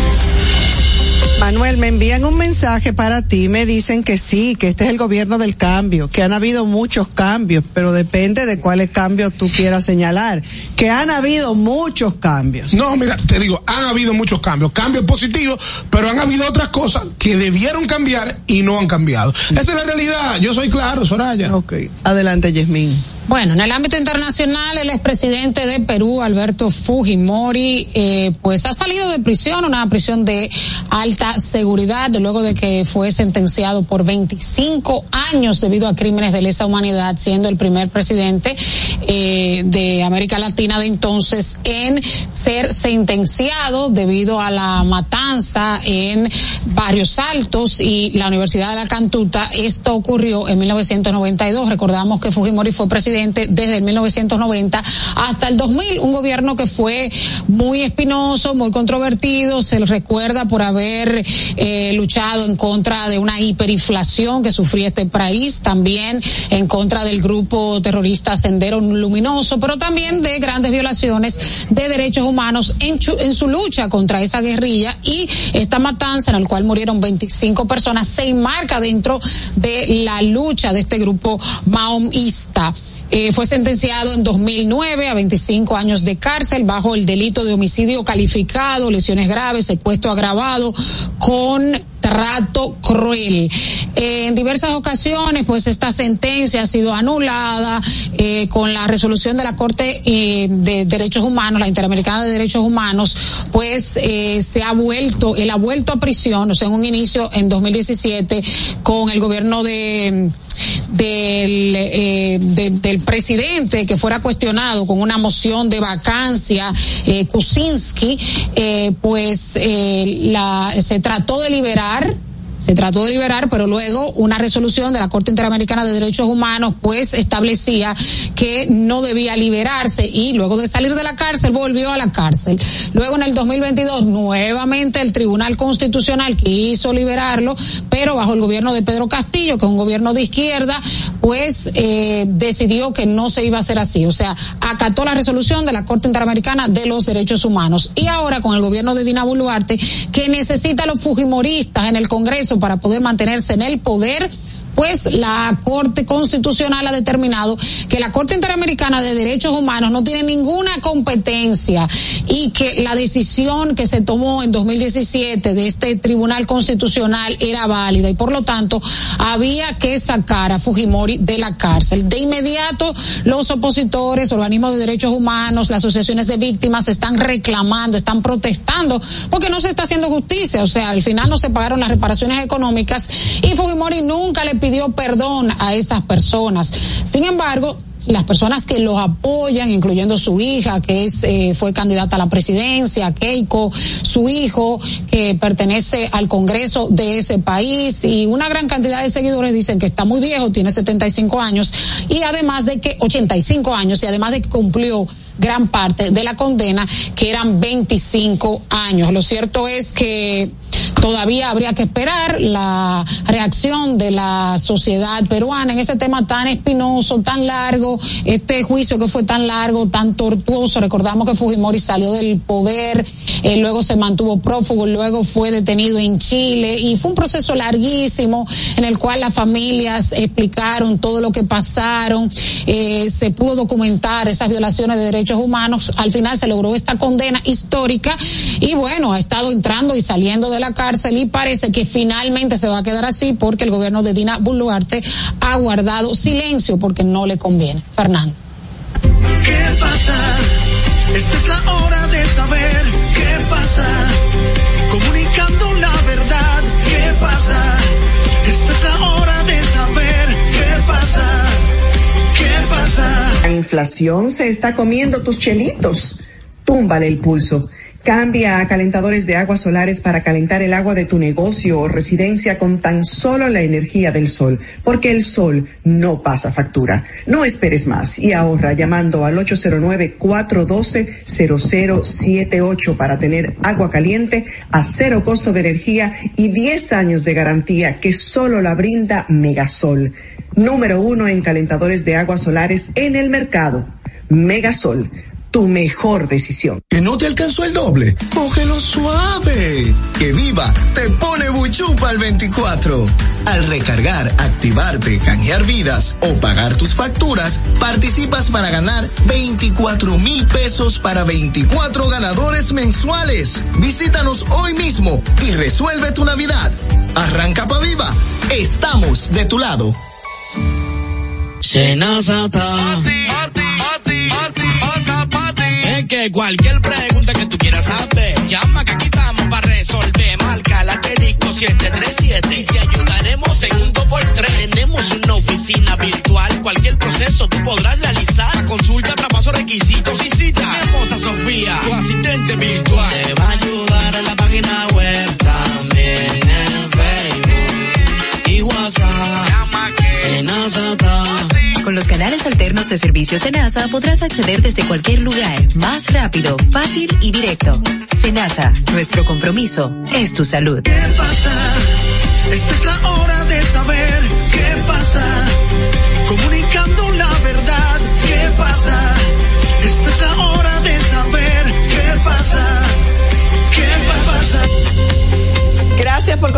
Manuel, me envían un mensaje para ti, me dicen que sí, que este es el gobierno del cambio, que han habido muchos cambios, pero depende de cuáles cambios tú quieras señalar, que han habido muchos cambios. No, mira, te digo, han habido muchos cambios, cambios positivos, pero han habido otras cosas que debieron cambiar y no han cambiado. Esa es la realidad, yo soy claro, Soraya. Ok, adelante, Yasmín. Bueno, en el ámbito internacional, el expresidente de Perú, Alberto Fujimori, eh, pues ha salido de prisión, una prisión de alta seguridad, luego de que fue sentenciado por veinticinco años debido a crímenes de lesa humanidad, siendo el primer presidente eh, de América Latina de entonces en ser sentenciado debido a la matanza en Barrios Altos y la Universidad de la Cantuta. Esto ocurrió en mil novecientos noventa y dos. Recordamos que Fujimori fue presidente desde el mil novecientos noventa hasta el dos mil, un gobierno que fue muy espinoso, muy controvertido. Se le recuerda por haber eh, luchado en contra de una hiperinflación que sufría este país, también en contra del grupo terrorista Sendero Luminoso, pero también de grandes violaciones de derechos humanos en, chu, en su lucha contra esa guerrilla, y esta matanza en la cual murieron veinticinco personas se enmarca dentro de la lucha de este grupo maoísta. Eh, fue sentenciado en dos mil nueve a veinticinco años de cárcel bajo el delito de homicidio calificado, lesiones graves, secuestro agravado con trato cruel. Eh, en diversas ocasiones, pues esta sentencia ha sido anulada eh, con la resolución de la Corte eh, de Derechos Humanos, la Interamericana de Derechos Humanos, pues eh, se ha vuelto, él ha vuelto a prisión, o sea, en un inicio en dos mil diecisiete con el gobierno de del eh, de, del presidente que fuera cuestionado con una moción de vacancia, eh, Kuczynski, eh, pues eh, la se trató de liberar Se trató de liberar, pero luego una resolución de la Corte Interamericana de Derechos Humanos pues establecía que no debía liberarse y luego de salir de la cárcel volvió a la cárcel. Luego en el dos mil veintidós nuevamente el Tribunal Constitucional quiso liberarlo, pero bajo el gobierno de Pedro Castillo, que es un gobierno de izquierda, pues eh, decidió que no se iba a hacer así. O sea, acató la resolución de la Corte Interamericana de los Derechos Humanos. Y ahora con el gobierno de Dina Boluarte, que necesita a los fujimoristas en el Congreso para poder mantenerse en el poder, pues la Corte Constitucional ha determinado que la Corte Interamericana de Derechos Humanos no tiene ninguna competencia y que la decisión que se tomó en dos mil diecisiete de este Tribunal Constitucional era válida y por lo tanto había que sacar a Fujimori de la cárcel. De inmediato los opositores, organismos de derechos humanos, las asociaciones de víctimas están reclamando, están protestando porque no se está haciendo justicia. O sea, al final no se pagaron las reparaciones económicas y Fujimori nunca le pidió perdón a esas personas. Sin embargo, las personas que los apoyan, incluyendo su hija, que es eh, fue candidata a la presidencia, Keiko, su hijo, que pertenece al Congreso de ese país, y una gran cantidad de seguidores dicen que está muy viejo, tiene setenta y cinco años, y además de que, ochenta y cinco años, y además de que cumplió gran parte de la condena, que eran veinticinco años. Lo cierto es que todavía habría que esperar la reacción de la sociedad peruana en ese tema tan espinoso, tan largo, este juicio que fue tan largo, tan tortuoso. Recordamos que Fujimori salió del poder, eh, luego se mantuvo prófugo, luego fue detenido en Chile y fue un proceso larguísimo en el cual las familias explicaron todo lo que pasaron, eh, se pudo documentar esas violaciones de derechos humanos. Al final se logró esta condena histórica y bueno, ha estado entrando y saliendo de la cárcel y parece que finalmente se va a quedar así porque el gobierno de Dina Boluarte ha guardado silencio porque no le conviene. Fernando. ¿Qué pasa? Esta es la hora de saber qué pasa. Comunicando la verdad, ¿qué pasa? Esta es la hora de saber qué pasa. ¿Qué pasa? La inflación se está comiendo tus chelitos. Túmbale el pulso. Cambia a calentadores de aguas solares para calentar el agua de tu negocio o residencia con tan solo la energía del sol, porque el sol no pasa factura. No esperes más y ahorra llamando al ocho cero nueve, cuatro uno dos, cero cero siete ocho para tener agua caliente a cero costo de energía y diez años de garantía que solo la brinda Megasol. Número uno en calentadores de aguas solares en el mercado. Megasol. Tu mejor decisión. ¿Que no te alcanzó el doble? Cógelo suave. Que Viva te pone buchupa al veinticuatro. Al recargar, activarte, canjear vidas o pagar tus facturas, participas para ganar veinticuatro mil pesos para veinticuatro ganadores mensuales. Visítanos hoy mismo y resuelve tu Navidad. Arranca pa' Viva. Estamos de tu lado. Senazata. Es que cualquier pregunta que tú quieras saber, llama que aquí estamos para resolver. Marca el asterisco siete tres siete y te ayudaremos en un dos por tres. Tenemos una oficina virtual, cualquier proceso tú podrás realizar. Consulta, traspaso, requisitos y cita. Tenemos a Sofía, tu asistente virtual. Te va a ayudar en la página web, también en Facebook y WhatsApp. Llama que Senazata. Con los canales alternos de servicios Senasa podrás acceder desde cualquier lugar, más rápido, fácil y directo. Senasa, nuestro compromiso es tu salud. ¿Qué pasa? Esta es la hora de saber qué pasa. Comunicando la verdad, ¿qué pasa? Esta es la hora de saber qué pasa. ¿Qué pasa? Gracias por continuar en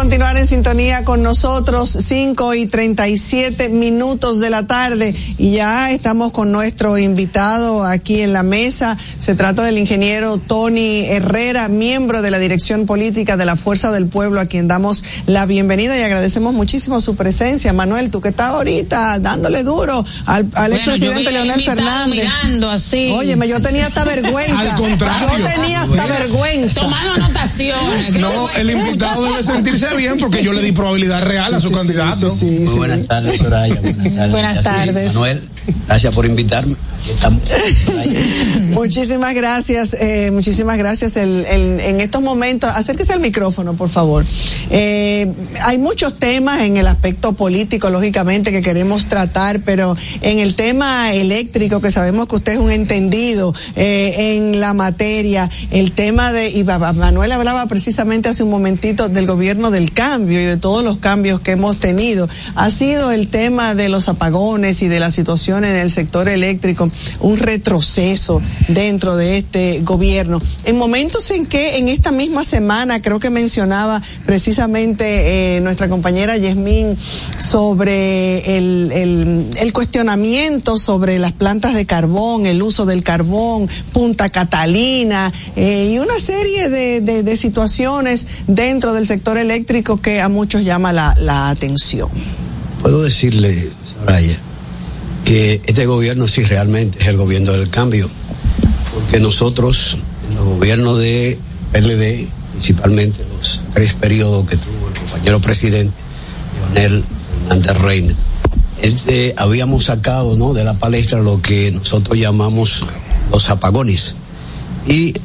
en sintonía con nosotros, cinco y treinta y siete minutos de la tarde, y ya estamos con nuestro invitado aquí en la mesa. Se trata del ingeniero Tony Herrera, miembro de la Dirección Política de la Fuerza del Pueblo, a quien damos la bienvenida y agradecemos muchísimo su presencia. Manuel, tú que estás ahorita dándole duro al, al Bueno, expresidente yo veía Leonel al invitado Fernández. mirando así. Óyeme, yo tenía hasta vergüenza. Al contrario. Yo tenía hasta vergüenza. Tomando anotaciones. No, el invitado debe sentirse bien porque yo le di probabilidad real Sí, a su sí, candidato. sí, sí, Muy sí. buenas tardes, Soraya. Buenas tardes. Buenas Yasmín, tardes. Manuel, gracias por invitarme. Aquí estamos. Muchísimas gracias, eh, muchísimas gracias. El, el, en estos momentos, acérquese al micrófono, por favor. Eh, hay muchos temas en el aspecto político, lógicamente, que queremos tratar, pero en el tema eléctrico, que sabemos que usted es un entendido eh, en la materia, el tema de, y Manuel hablaba precisamente hace un momentito del gobierno del cambio y de todos los cambios que hemos tenido, ha sido el tema de los apagones y de la situación en el sector eléctrico un retroceso dentro de este gobierno. En momentos en que en esta misma semana, creo que mencionaba precisamente eh, nuestra compañera Yasmín sobre el, el, el cuestionamiento sobre las plantas de carbón, el uso del carbón, Punta Catalina eh, y una serie de, de, de situaciones dentro del sector eléctrico que a muchos llama la, la atención. Puedo decirle, Soraya, que este gobierno sí realmente es el gobierno del cambio, porque nosotros, en el gobierno de P L D, principalmente los tres periodos que tuvo el compañero presidente Leonel Fernández Reina, este, habíamos sacado, ¿no?, de la palestra lo que nosotros llamamos los apagones, y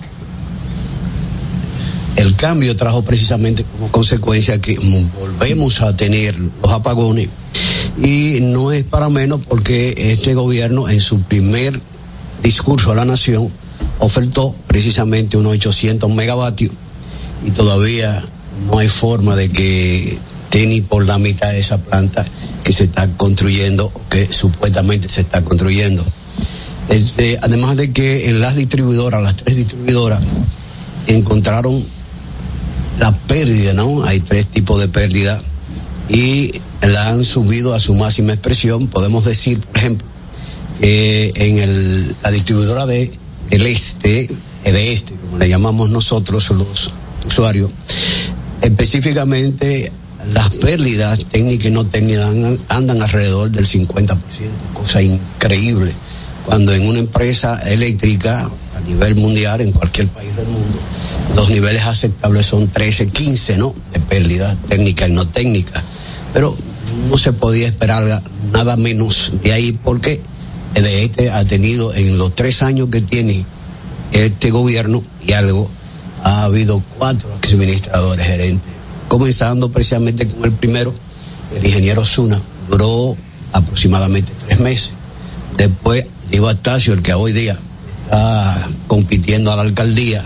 el cambio trajo precisamente como consecuencia que volvemos a tener los apagones. Y no es para menos porque este gobierno en su primer discurso a la nación ofertó precisamente unos ochocientos megavatios y todavía no hay forma de que esté ni por la mitad de esa planta que se está construyendo o que supuestamente se está construyendo. Este, además de que en las distribuidoras, las tres distribuidoras, encontraron la pérdida, ¿no? Hay tres tipos de pérdida y la han subido a su máxima expresión. Podemos decir, por ejemplo, que en el, la distribuidora de el este, de este, como le llamamos nosotros los usuarios, específicamente las pérdidas técnicas y no técnicas andan, andan alrededor del cincuenta por ciento, cosa increíble, cuando en una empresa eléctrica a nivel mundial, en cualquier país del mundo, los niveles aceptables son trece, quince, ¿no?, de pérdidas técnicas y no técnicas. Pero no se podía esperar nada menos de ahí, porque de este ha tenido, en los tres años que tiene este gobierno y algo, ha habido cuatro administradores gerentes, comenzando precisamente con el primero, el ingeniero Zuna, duró aproximadamente tres meses. Después llegó Astacio, el que hoy día está compitiendo a la alcaldía,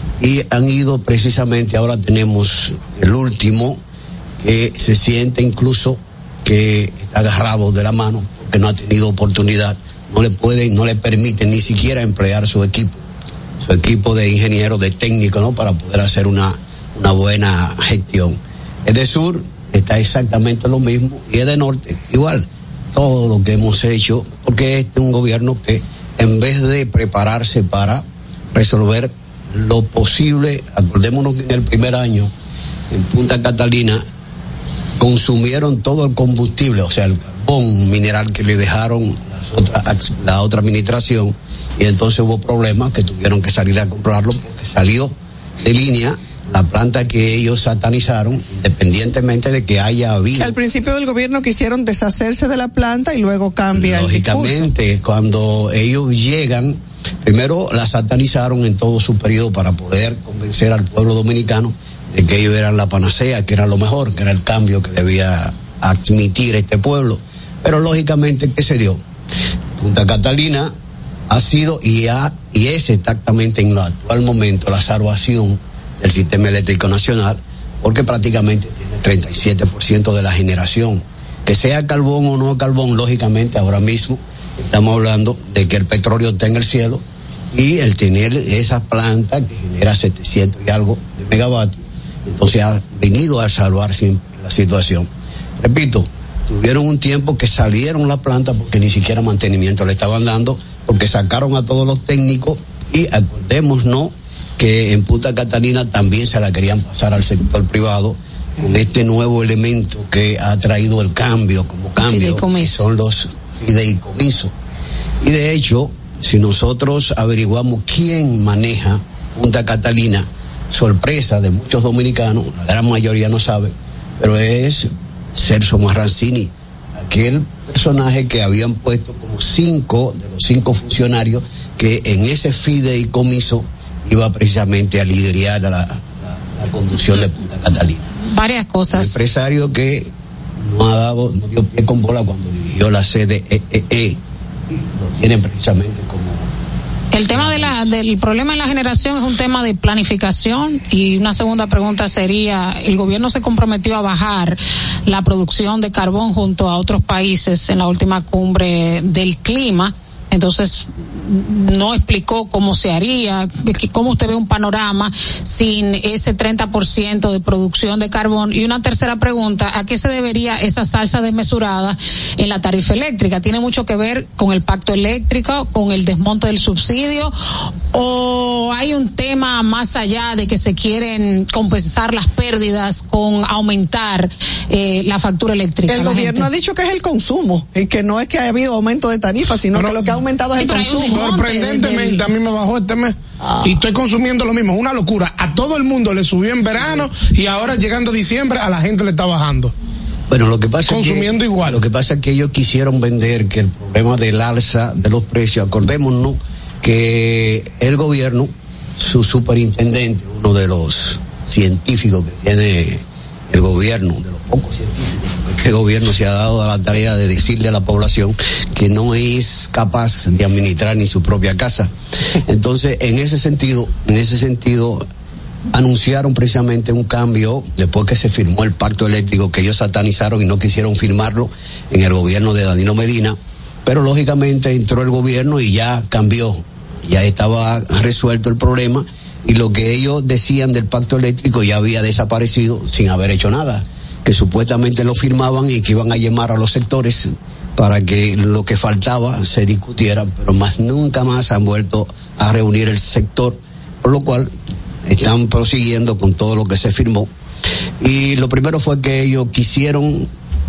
y han ido precisamente, ahora tenemos el último, que se siente incluso que está agarrado de la mano porque no ha tenido oportunidad, no le pueden, no le permiten ni siquiera emplear su equipo, su equipo de ingenieros, de técnicos, ¿no?, para poder hacer una, una buena gestión. El de sur está exactamente lo mismo, y el de norte igual. Todo lo que hemos hecho, porque este es un gobierno que en vez de prepararse para resolver lo posible, acordémonos que en el primer año en Punta Catalina consumieron todo el combustible, o sea, el carbón mineral que le dejaron las otras, la otra administración, y entonces hubo problemas que tuvieron que salir a comprarlo porque salió de línea la planta que ellos satanizaron, independientemente de que haya habido. Al principio del gobierno quisieron deshacerse de la planta y luego cambia Lógicamente, el discurso. Cuando ellos llegan, primero la satanizaron en todo su periodo para poder convencer al pueblo dominicano de que ellos eran la panacea, que era lo mejor, que era el cambio que debía admitir este pueblo. Pero lógicamente, ¿qué se dio? Punta Catalina ha sido y, ha, y es exactamente en el actual momento la salvación del sistema eléctrico nacional, porque prácticamente tiene treinta y siete por ciento de la generación. Que sea carbón o no carbón, lógicamente ahora mismo estamos hablando de que el petróleo está en el cielo, y el tener esa planta que genera setecientos y algo de megavatios, entonces ha venido a salvar siempre la situación. Repito, tuvieron un tiempo que salieron la planta porque ni siquiera mantenimiento le estaban dando, porque sacaron a todos los técnicos y acordémonos que en Punta Catalina también se la querían pasar al sector privado con este nuevo elemento que ha traído el cambio como cambio, que son los fideicomisos. Y de hecho, si nosotros averiguamos quién maneja Punta Catalina, sorpresa de muchos dominicanos, la gran mayoría no sabe, pero es Celso Marrancini, aquel personaje que habían puesto como cinco de los cinco funcionarios que en ese fideicomiso iba precisamente a liderar la, la, la conducción de Punta Catalina. Varias cosas. Un empresario que no ha dado, no dio pie con bola cuando dirigió la C D E E E, y lo tienen precisamente como... El tema de la, del problema en la generación es un tema de planificación, y una segunda pregunta sería, el gobierno se comprometió a bajar la producción de carbón junto a otros países en la última cumbre del clima, entonces no explicó cómo se haría, cómo usted ve un panorama sin ese treinta por ciento de producción de carbón. Y una tercera pregunta, ¿a qué se debería esa salsa desmesurada en la tarifa eléctrica? ¿Tiene mucho que ver con el pacto eléctrico, con el desmonte del subsidio, o hay un tema más allá de que se quieren compensar las pérdidas con aumentar eh, la factura eléctrica? El gobierno gente? ha dicho que es el consumo y que no es que haya habido aumento de tarifa, sino Pero, que lo que ha aumentado es el consumo. Sorprendentemente, a mí me bajó este mes ah. y estoy consumiendo lo mismo. Es una locura. A todo el mundo le subió en verano y ahora llegando diciembre a la gente le está bajando. Bueno, lo que pasa consumiendo es que, igual. Lo que pasa es que ellos quisieron vender que el problema del alza de los precios, acordémonos que el gobierno, su superintendente, uno de los científicos que tiene el gobierno, de los pocos científicos que el gobierno se ha dado a la tarea de decirle a la población que no es capaz de administrar ni su propia casa. Entonces, en ese sentido, en ese sentido, anunciaron precisamente un cambio después que se firmó el pacto eléctrico que ellos satanizaron y no quisieron firmarlo en el gobierno de Danilo Medina, pero lógicamente entró el gobierno y ya cambió, ya estaba resuelto el problema y lo que ellos decían del pacto eléctrico ya había desaparecido sin haber hecho nada, que supuestamente lo firmaban y que iban a llamar a los sectores para que lo que faltaba se discutiera, pero más nunca más han vuelto a reunir el sector, por lo cual están prosiguiendo con todo lo que se firmó. Y lo primero fue que ellos quisieron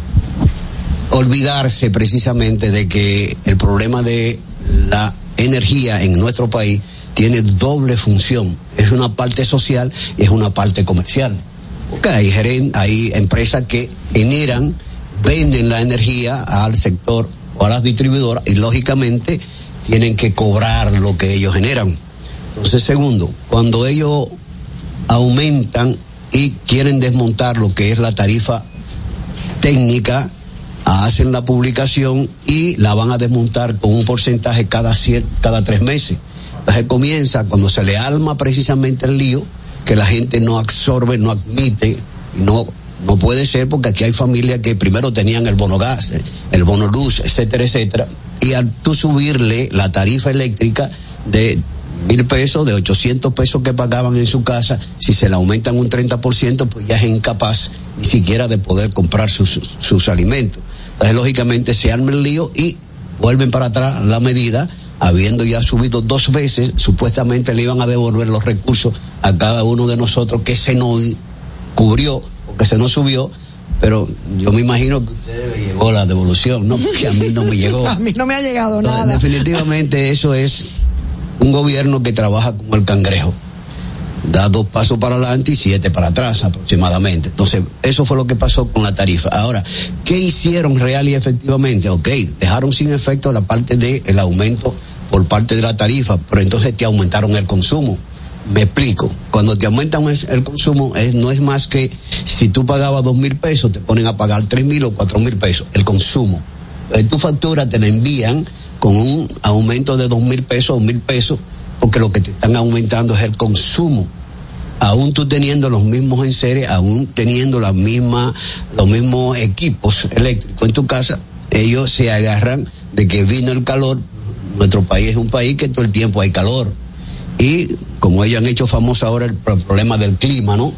olvidarse precisamente de que el problema de la energía en nuestro país tiene doble función, es una parte social y es una parte comercial, porque hay, geren, hay empresas que generan, venden la energía al sector o a las distribuidoras y lógicamente tienen que cobrar lo que ellos generan. Entonces, segundo, cuando ellos aumentan y quieren desmontar lo que es la tarifa técnica, hacen la publicación y la van a desmontar con un porcentaje cada siete, cada tres meses. Entonces comienza cuando se le alma precisamente el lío, que la gente no absorbe, no admite, no no puede ser, porque aquí hay familias que primero tenían el bono gas, el bono luz, etcétera, etcétera, y al tú subirle la tarifa eléctrica de mil pesos, de ochocientos pesos que pagaban en su casa, si se le aumentan un treinta por ciento, pues ya es incapaz ni siquiera de poder comprar sus, sus, sus alimentos. Entonces, lógicamente, se arma el lío y vuelven para atrás la medida, habiendo ya subido dos veces, supuestamente le iban a devolver los recursos a cada uno de nosotros que se nos cubrió o que se nos subió, pero yo me imagino que a ustedes le llegó la devolución, ¿no? Porque a mí no me llegó. A mí no me ha llegado Entonces, nada. definitivamente eso es un gobierno que trabaja como el cangrejo. Da dos pasos para adelante y siete para atrás aproximadamente. Entonces, eso fue lo que pasó con la tarifa. Ahora, ¿qué hicieron real y efectivamente? Ok, dejaron sin efecto la parte del aumento por parte de la tarifa, pero entonces te aumentaron el consumo. Me explico. Cuando te aumentan el consumo, es, no es más que si tú pagabas dos mil pesos, te ponen a pagar tres mil o cuatro mil pesos, el consumo. Entonces, tu factura te la envían con un aumento de dos mil pesos o mil pesos, porque lo que te están aumentando es el consumo. Aún tú teniendo los mismos enseres, aún teniendo la misma, los mismos equipos eléctricos en tu casa, ellos se agarran de que vino el calor. Nuestro país es un país que todo el tiempo hay calor. Y como ellos han hecho famoso ahora el problema del clima, ¿no?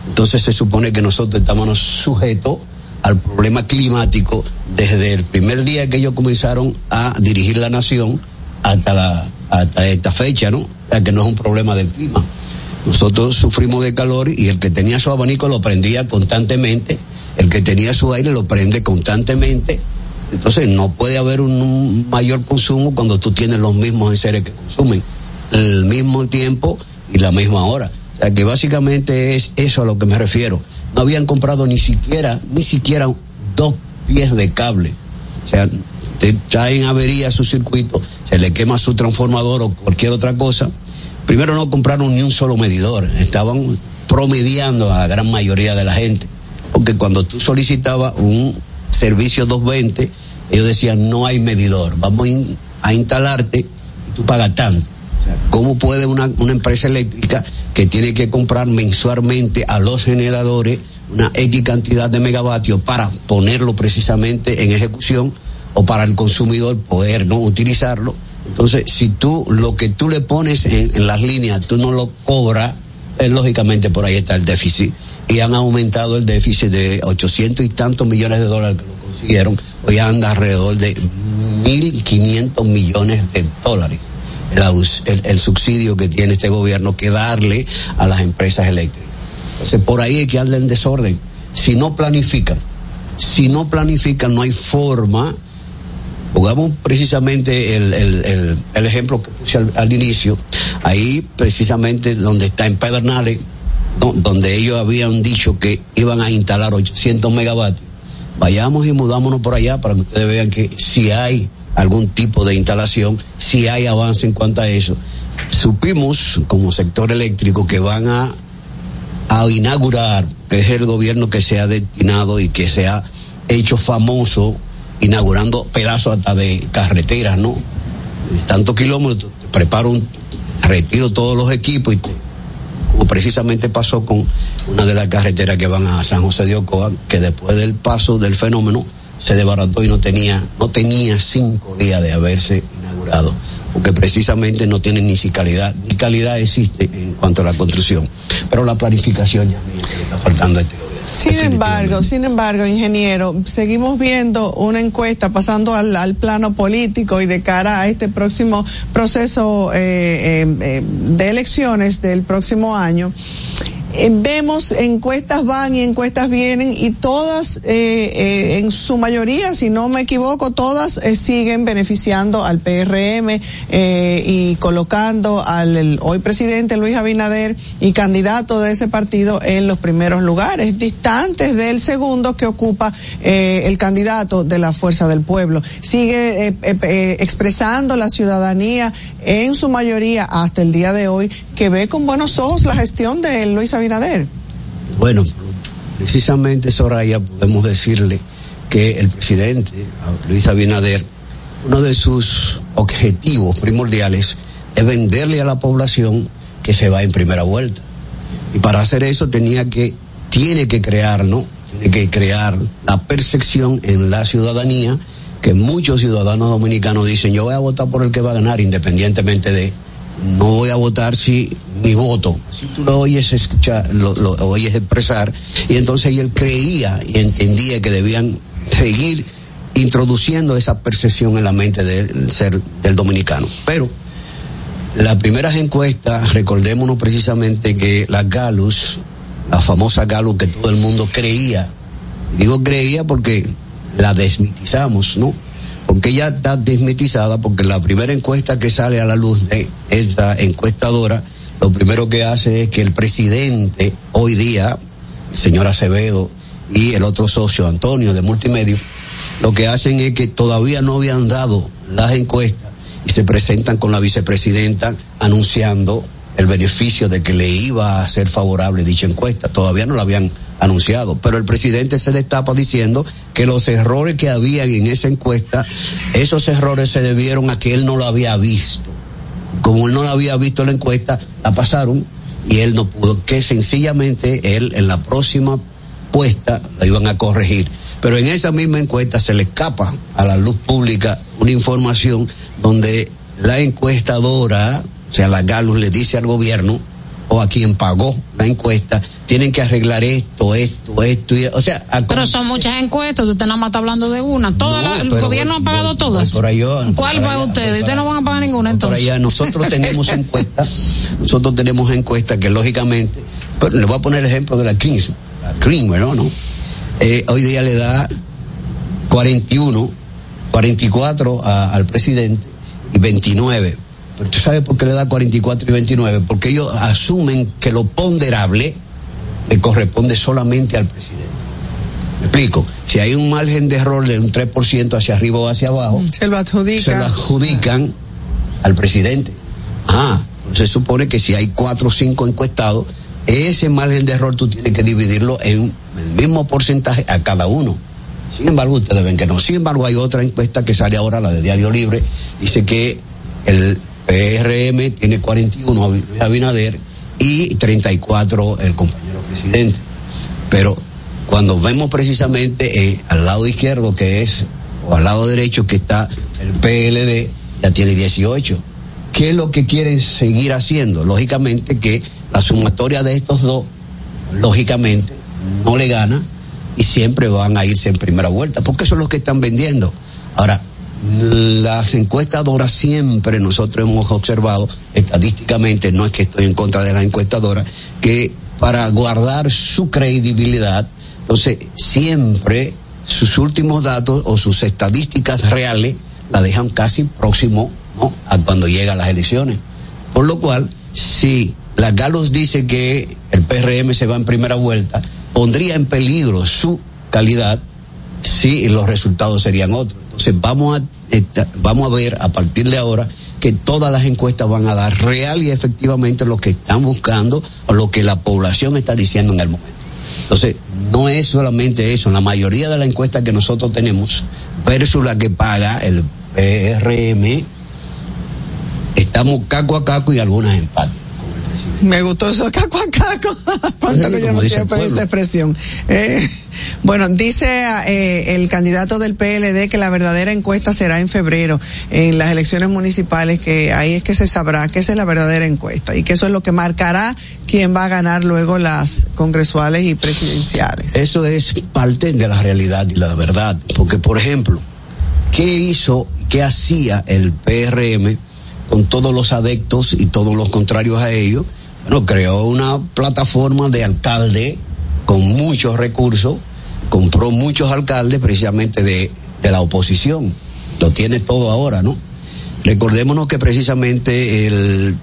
Entonces se supone que nosotros estamos sujetos al problema climático desde el primer día que ellos comenzaron a dirigir la nación hasta la hasta esta fecha, ¿no? O sea, que no es un problema del clima. Nosotros sufrimos de calor y el que tenía su abanico lo prendía constantemente, el que tenía su aire lo prende constantemente. Entonces no puede haber un, un mayor consumo cuando tú tienes los mismos enseres que consumen el mismo tiempo y la misma hora. O sea que básicamente es eso a lo que me refiero. No habían comprado ni siquiera, ni siquiera dos pies de cable. O sea, está en avería su circuito, se le quema su transformador o cualquier otra cosa. Primero no compraron ni un solo medidor, estaban promediando a la gran mayoría de la gente. Porque cuando tú solicitabas un servicio doscientos veinte, ellos decían no hay medidor, vamos a instalarte y tú pagas tanto. O sea, ¿cómo puede una, una empresa eléctrica que tiene que comprar mensualmente a los generadores una X cantidad de megavatios para ponerlo precisamente en ejecución o para el consumidor poder no utilizarlo? Entonces, si tú lo que tú le pones en, en las líneas, tú no lo cobras, eh, lógicamente por ahí está el déficit. Y han aumentado el déficit de ochocientos y tantos millones de dólares que lo consiguieron. Hoy anda alrededor de mil quinientos millones de dólares. El, el, el subsidio que tiene este gobierno que darle a las empresas eléctricas. Entonces, por ahí es que anda en desorden. Si no planifican, si no planifican, no hay forma. Pongamos precisamente el, el, el, el ejemplo que puse al, al inicio, ahí precisamente donde está en Pedernales, no, donde ellos habían dicho que iban a instalar ochocientos megavatios. Vayamos y mudámonos por allá para que ustedes vean que si hay algún tipo de instalación, si hay avance en cuanto a eso. Supimos como sector eléctrico que van a, a inaugurar, que es el gobierno que se ha destinado y que se ha hecho famoso inaugurando pedazos hasta de carreteras, ¿no? De tantos kilómetros, preparo un, retiro todos los equipos y como precisamente pasó con una de las carreteras que van a San José de Ocoa, que después del paso del fenómeno se desbarató y no tenía, no tenía cinco días de haberse inaugurado, porque precisamente no tiene ni si calidad, ni calidad existe en cuanto a la construcción. Pero la planificación ya mira, que le está faltando a este gobierno. Sin embargo, sin embargo, ingeniero, seguimos viendo una encuesta pasando al, al plano político y de cara a este próximo proceso eh, eh, de elecciones del próximo año. Eh, vemos encuestas van y encuestas vienen y todas, eh, eh, en su mayoría, si no me equivoco, todas eh, siguen beneficiando al P R M eh, y colocando al el, hoy presidente Luis Abinader y candidato de ese partido en los primeros lugares, distantes del segundo que ocupa eh, el candidato de la Fuerza del Pueblo. Sigue eh, eh, eh, expresando la ciudadanía en su mayoría hasta el día de hoy que ve con buenos ojos la gestión de Luis Abinader. Abinader. Bueno, precisamente, Soraya, podemos decirle que el presidente Luis Abinader, uno de sus objetivos primordiales es venderle a la población que se va en primera vuelta. Y para hacer eso tenía que, tiene que crear, ¿no? Tiene que crear la percepción en la ciudadanía que muchos ciudadanos dominicanos dicen, yo voy a votar por el que va a ganar independientemente de, no voy a votar si mi voto. Si tú lo oyes escuchar, lo, lo oyes expresar, y entonces él creía y entendía que debían seguir introduciendo esa percepción en la mente del ser del dominicano. Pero las primeras encuestas, recordémonos precisamente que la Gallus, la famosa Gallus que todo el mundo creía, digo creía porque la desmitizamos, ¿no? Porque ella está desmitizada, porque la primera encuesta que sale a la luz de esta encuestadora, lo primero que hace es que el presidente hoy día, el señor Acevedo y el otro socio Antonio de Multimedio, lo que hacen es que todavía no habían dado las encuestas y se presentan con la vicepresidenta anunciando el beneficio de que le iba a ser favorable dicha encuesta. Todavía no la habían anunciado, pero el presidente se destapa diciendo que los errores que había en esa encuesta, esos errores se debieron a que él no lo había visto. Como él no lo había visto la encuesta, la pasaron y él no pudo, que sencillamente él en la próxima puesta la iban a corregir. Pero en esa misma encuesta se le escapa a la luz pública una información donde la encuestadora, o sea, la Gallus le dice al gobierno, o a quien pagó la encuesta, tienen que arreglar esto, esto, esto, y, o sea... A pero son muchas encuestas, usted nada más está hablando de una. Toda no, la, el pero, gobierno ha pagado por, todas. Por allá, ¿Cuál por paga allá, ustedes? por Ustedes no van a pagar ninguna entonces. Por allá, nosotros tenemos encuestas, nosotros tenemos encuestas que lógicamente, pero le voy a poner el ejemplo de la Kings, la Creamer, ¿no? ¿no? Eh, hoy día le da cuarenta y uno, cuarenta y cuatro a, al presidente y veintinueve. Pero tú sabes por qué le da cuarenta y cuatro y veintinueve, porque ellos asumen que lo ponderable le corresponde solamente al presidente. ¿Me explico? Si hay un margen de error de un tres por ciento hacia arriba o hacia abajo, se lo adjudican, se lo adjudican al presidente. Ah, se supone que si hay cuatro o cinco encuestados, ese margen de error tú tienes que dividirlo en el mismo porcentaje a cada uno. Sin embargo, ustedes ven que no. Sin embargo, hay otra encuesta que sale ahora, la de Diario Libre, dice que el P R M tiene cuarenta y uno Luis Abinader y treinta y cuatro el compañero presidente. Pero cuando vemos precisamente eh, al lado izquierdo que es, o al lado derecho que está el P L D, ya tiene dieciocho. ¿Qué es lo que quieren seguir haciendo? Lógicamente que la sumatoria de estos dos, lógicamente, no le gana y siempre van a irse en primera vuelta, porque eso es lo que están vendiendo. Ahora, las encuestadoras siempre nosotros hemos observado, estadísticamente, no es que estoy en contra de las encuestadoras, que para guardar su credibilidad, entonces siempre sus últimos datos o sus estadísticas reales la dejan casi próximo, ¿no?, a cuando llegan las elecciones. Por lo cual, si la Gallus dice que el P R M se va en primera vuelta, pondría en peligro su calidad si los resultados serían otros. Entonces vamos a esta, vamos a ver a partir de ahora que todas las encuestas van a dar real y efectivamente lo que están buscando o lo que la población está diciendo en el momento. Entonces no es solamente eso, la mayoría de las encuestas que nosotros tenemos versus la que paga el P R M, estamos caco a caco y algunas empates. Me gustó eso, caco a caco. ¿Cuánto que yo no siempre esa expresión? Eh, bueno, dice eh, el candidato del P L D que la verdadera encuesta será en febrero, en las elecciones municipales, que ahí es que se sabrá que esa es la verdadera encuesta y que eso es lo que marcará quién va a ganar luego las congresuales y presidenciales. Eso es parte de la realidad y la verdad, porque por ejemplo, ¿qué hizo, qué hacía el P R M con todos los adeptos y todos los contrarios a ellos? Bueno, creó una plataforma de alcalde con muchos recursos, compró muchos alcaldes precisamente de, de la oposición, lo tiene todo ahora, ¿no? Recordémonos que precisamente el,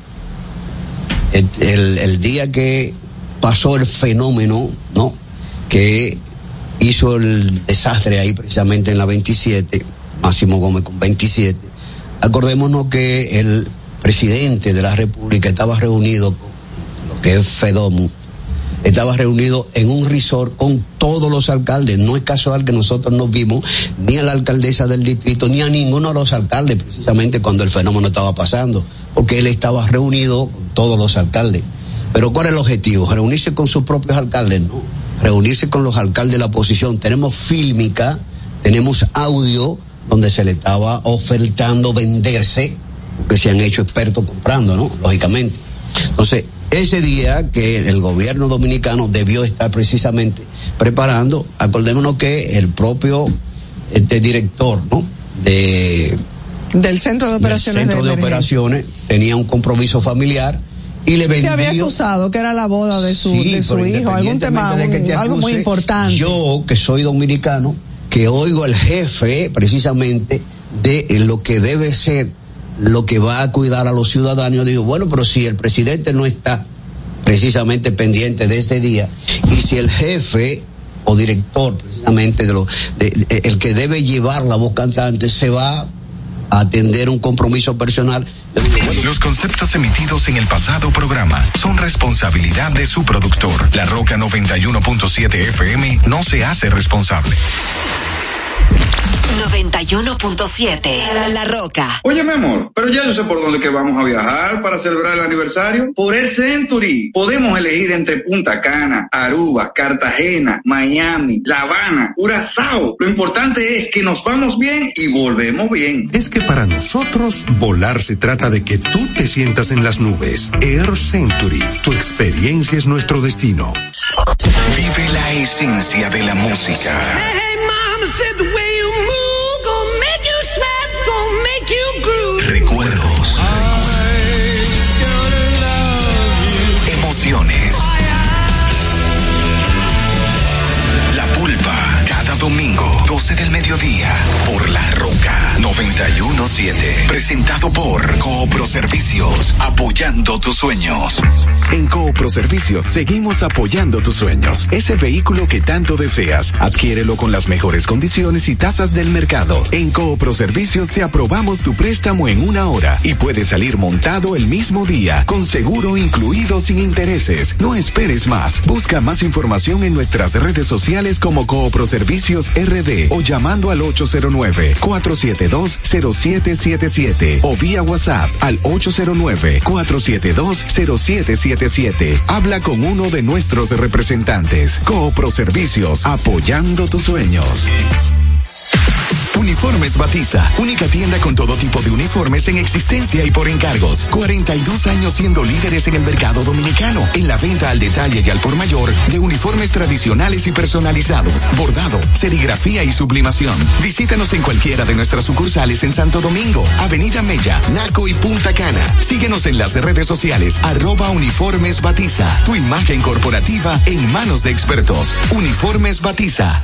el, el, el día que pasó el fenómeno, ¿no?, que hizo el desastre ahí precisamente en la veintisiete, Máximo Gómez con veintisiete, acordémonos que el presidente de la República estaba reunido con lo que es FEDOMU, estaba reunido en un resort con todos los alcaldes. No es casual que nosotros no vimos ni a la alcaldesa del distrito ni a ninguno de los alcaldes precisamente cuando el fenómeno estaba pasando, porque él estaba reunido con todos los alcaldes. Pero ¿cuál es el objetivo? Reunirse con sus propios alcaldes, no, reunirse con los alcaldes de la oposición. Tenemos fílmica, tenemos audio donde se le estaba ofertando venderse, porque se han hecho expertos comprando, ¿no?, lógicamente. Entonces, ese día que el gobierno dominicano debió estar precisamente preparando, acordémonos que el propio este director, ¿no?, de del centro de operaciones, del centro de, de operaciones tenía un compromiso familiar y le vendió. Se había acusado que era la boda de su, sí, de su hijo, algún tema, de que te algo acuse, muy importante. Yo, que soy dominicano, que oigo al jefe precisamente de lo que debe ser, lo que va a cuidar a los ciudadanos, digo, bueno, pero si el presidente no está precisamente pendiente de este día, y si el jefe o director precisamente de lo, de, de, el que debe llevar la voz cantante se va a atender un compromiso personal. Los conceptos emitidos en el pasado programa son responsabilidad de su productor. La Roca noventa y uno punto siete F M no se hace responsable. noventa y uno punto siete. La, La Roca. Oye, mi amor, pero ya yo sé por dónde que vamos a viajar para celebrar el aniversario. Por el Century. Podemos elegir entre Punta Cana, Aruba, Cartagena, Miami, La Habana, Curazao. Lo importante es que nos vamos bien y volvemos bien. Es que para nosotros, volar se trata de que tú te sientas en las nubes. Air Century. Tu experiencia es nuestro destino. Vive la esencia de la música. Hey, mama said the way you move, gonna make you sweat, gonna make you groove. Recuerdos. Emociones. La Pulpa, cada domingo, doce del mediodía, por La Roca noventa y uno punto siete. Presentado por Coopro Servicios, apoyando tus sueños. En Coopro Servicios seguimos apoyando tus sueños. Ese vehículo que tanto deseas, adquiérelo con las mejores condiciones y tasas del mercado. En Coopro Servicios te aprobamos tu préstamo en una hora y puedes salir montado el mismo día, con seguro incluido sin intereses. No esperes más. Busca más información en nuestras redes sociales como Coopro Servicios R D o llamando al ocho cero nueve, cuatro siete dos, cero siete siete siete o vía WhatsApp al ocho cero nueve, cuatro siete dos, cero siete siete siete. Habla con uno de nuestros representantes. Coopro Servicios, apoyando tus sueños. Uniformes Batiza, única tienda con todo tipo de uniformes en existencia y por encargos. cuarenta y dos años siendo líderes en el mercado dominicano, en la venta al detalle y al por mayor de uniformes tradicionales y personalizados, bordado, serigrafía y sublimación. Visítanos en cualquiera de nuestras sucursales en Santo Domingo, Avenida Mella, Naco y Punta Cana. Síguenos en las redes sociales, arroba Uniformes Batiza. Tu imagen corporativa en manos de expertos. Uniformes Batiza.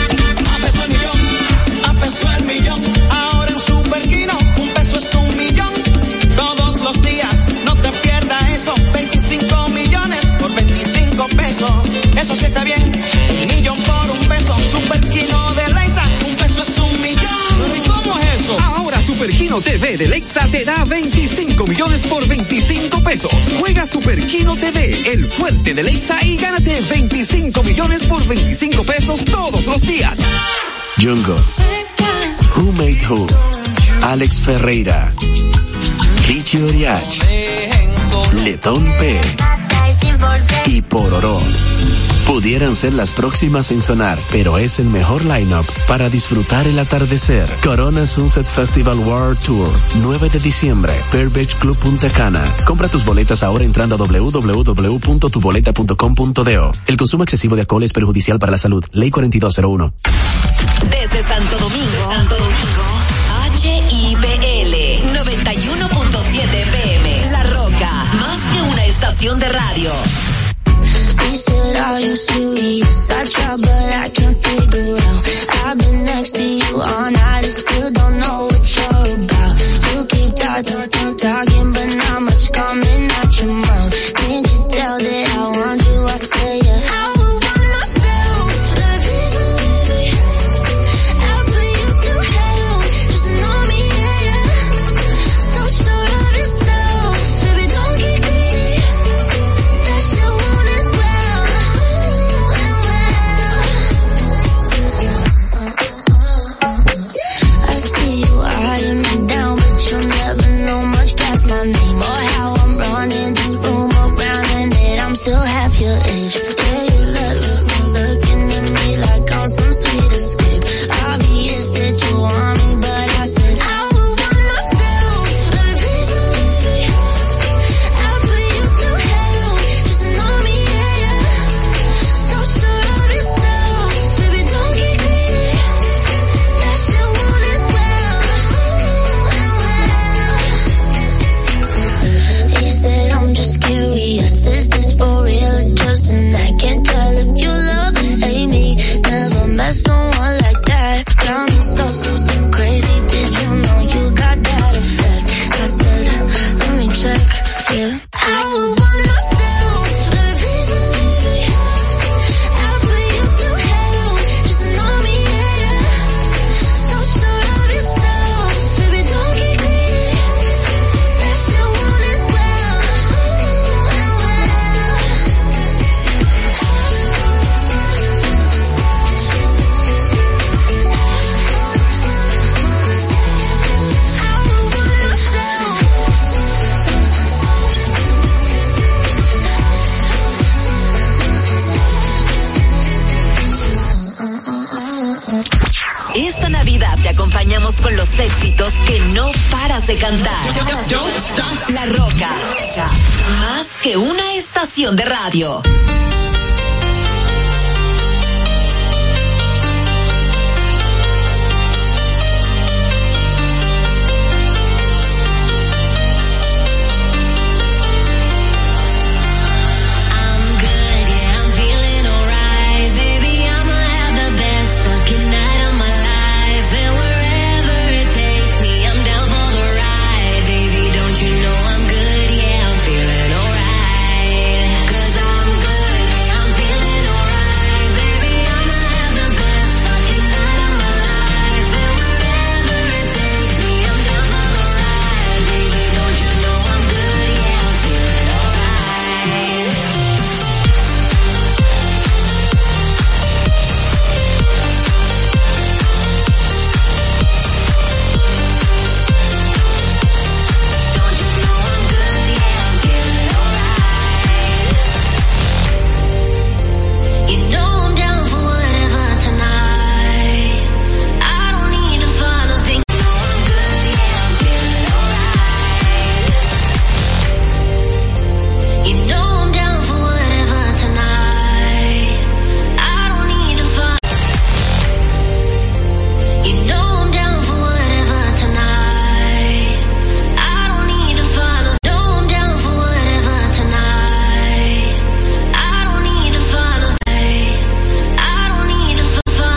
A peso el millón, ahora en Superquino, un peso es un millón. Todos los días, no te pierdas eso. veinticinco millones por veinticinco pesos. Eso sí está bien. Un millón por un peso. Superquino de Leisa, un peso es un millón. ¿Y cómo es eso? Ahora Superquino T V de Lexa te da veinticinco millones por veinticinco pesos. Juega Superquino T V, el fuerte de Lexa, y gánate veinticinco millones por veinticinco pesos todos los días. Jungos, Who Made Who, Alex Ferreira, Richie Oriach, Letón P y Pororó pudieran ser las próximas en sonar, pero es el mejor lineup para disfrutar el atardecer. Corona Sunset Festival World Tour, nueve de diciembre, Pearl Beach Club Punta Cana. Compra tus boletas ahora entrando a doble u doble u doble u punto tu boleta punto com punto do. El consumo excesivo de alcohol es perjudicial para la salud. Ley cuarenta y dos cero uno. Desde Santo Domingo, Santo Domingo, H I B L noventa y uno punto siete F M. La Roca, más que una estación de radio. He said, are you serious? I try, but I can't figure out. I've been next to you all night, I still don't know what you're about. You keep talking, talking, talking, but not much coming out your mouth. Can't you tell that I want you? I say, yeah. I would want myself, but please believe me. I'll put you through hell, just to know me, yeah, yeah. So sure of yourself, baby, don't get greedy. That shit want it well, I see you eyeing me down, but you'll never know much past my name or how I'm running this room around, and that I'm still half your age. Yeah, you look, look, look, looking at me like I'm some sweet escape. Obvious that you want me, but I said I would want myself, but please believe me. I'll put you through hell, just to know me, yeah, yeah. So sure of yourself, baby, don't get greedy. That shit want it well, He said I'm just curious, is this for real or just an act? Can't tell if you love or hate me, never met someone like that. Got me so, so, so cantar. La Roca, más que una estación de radio.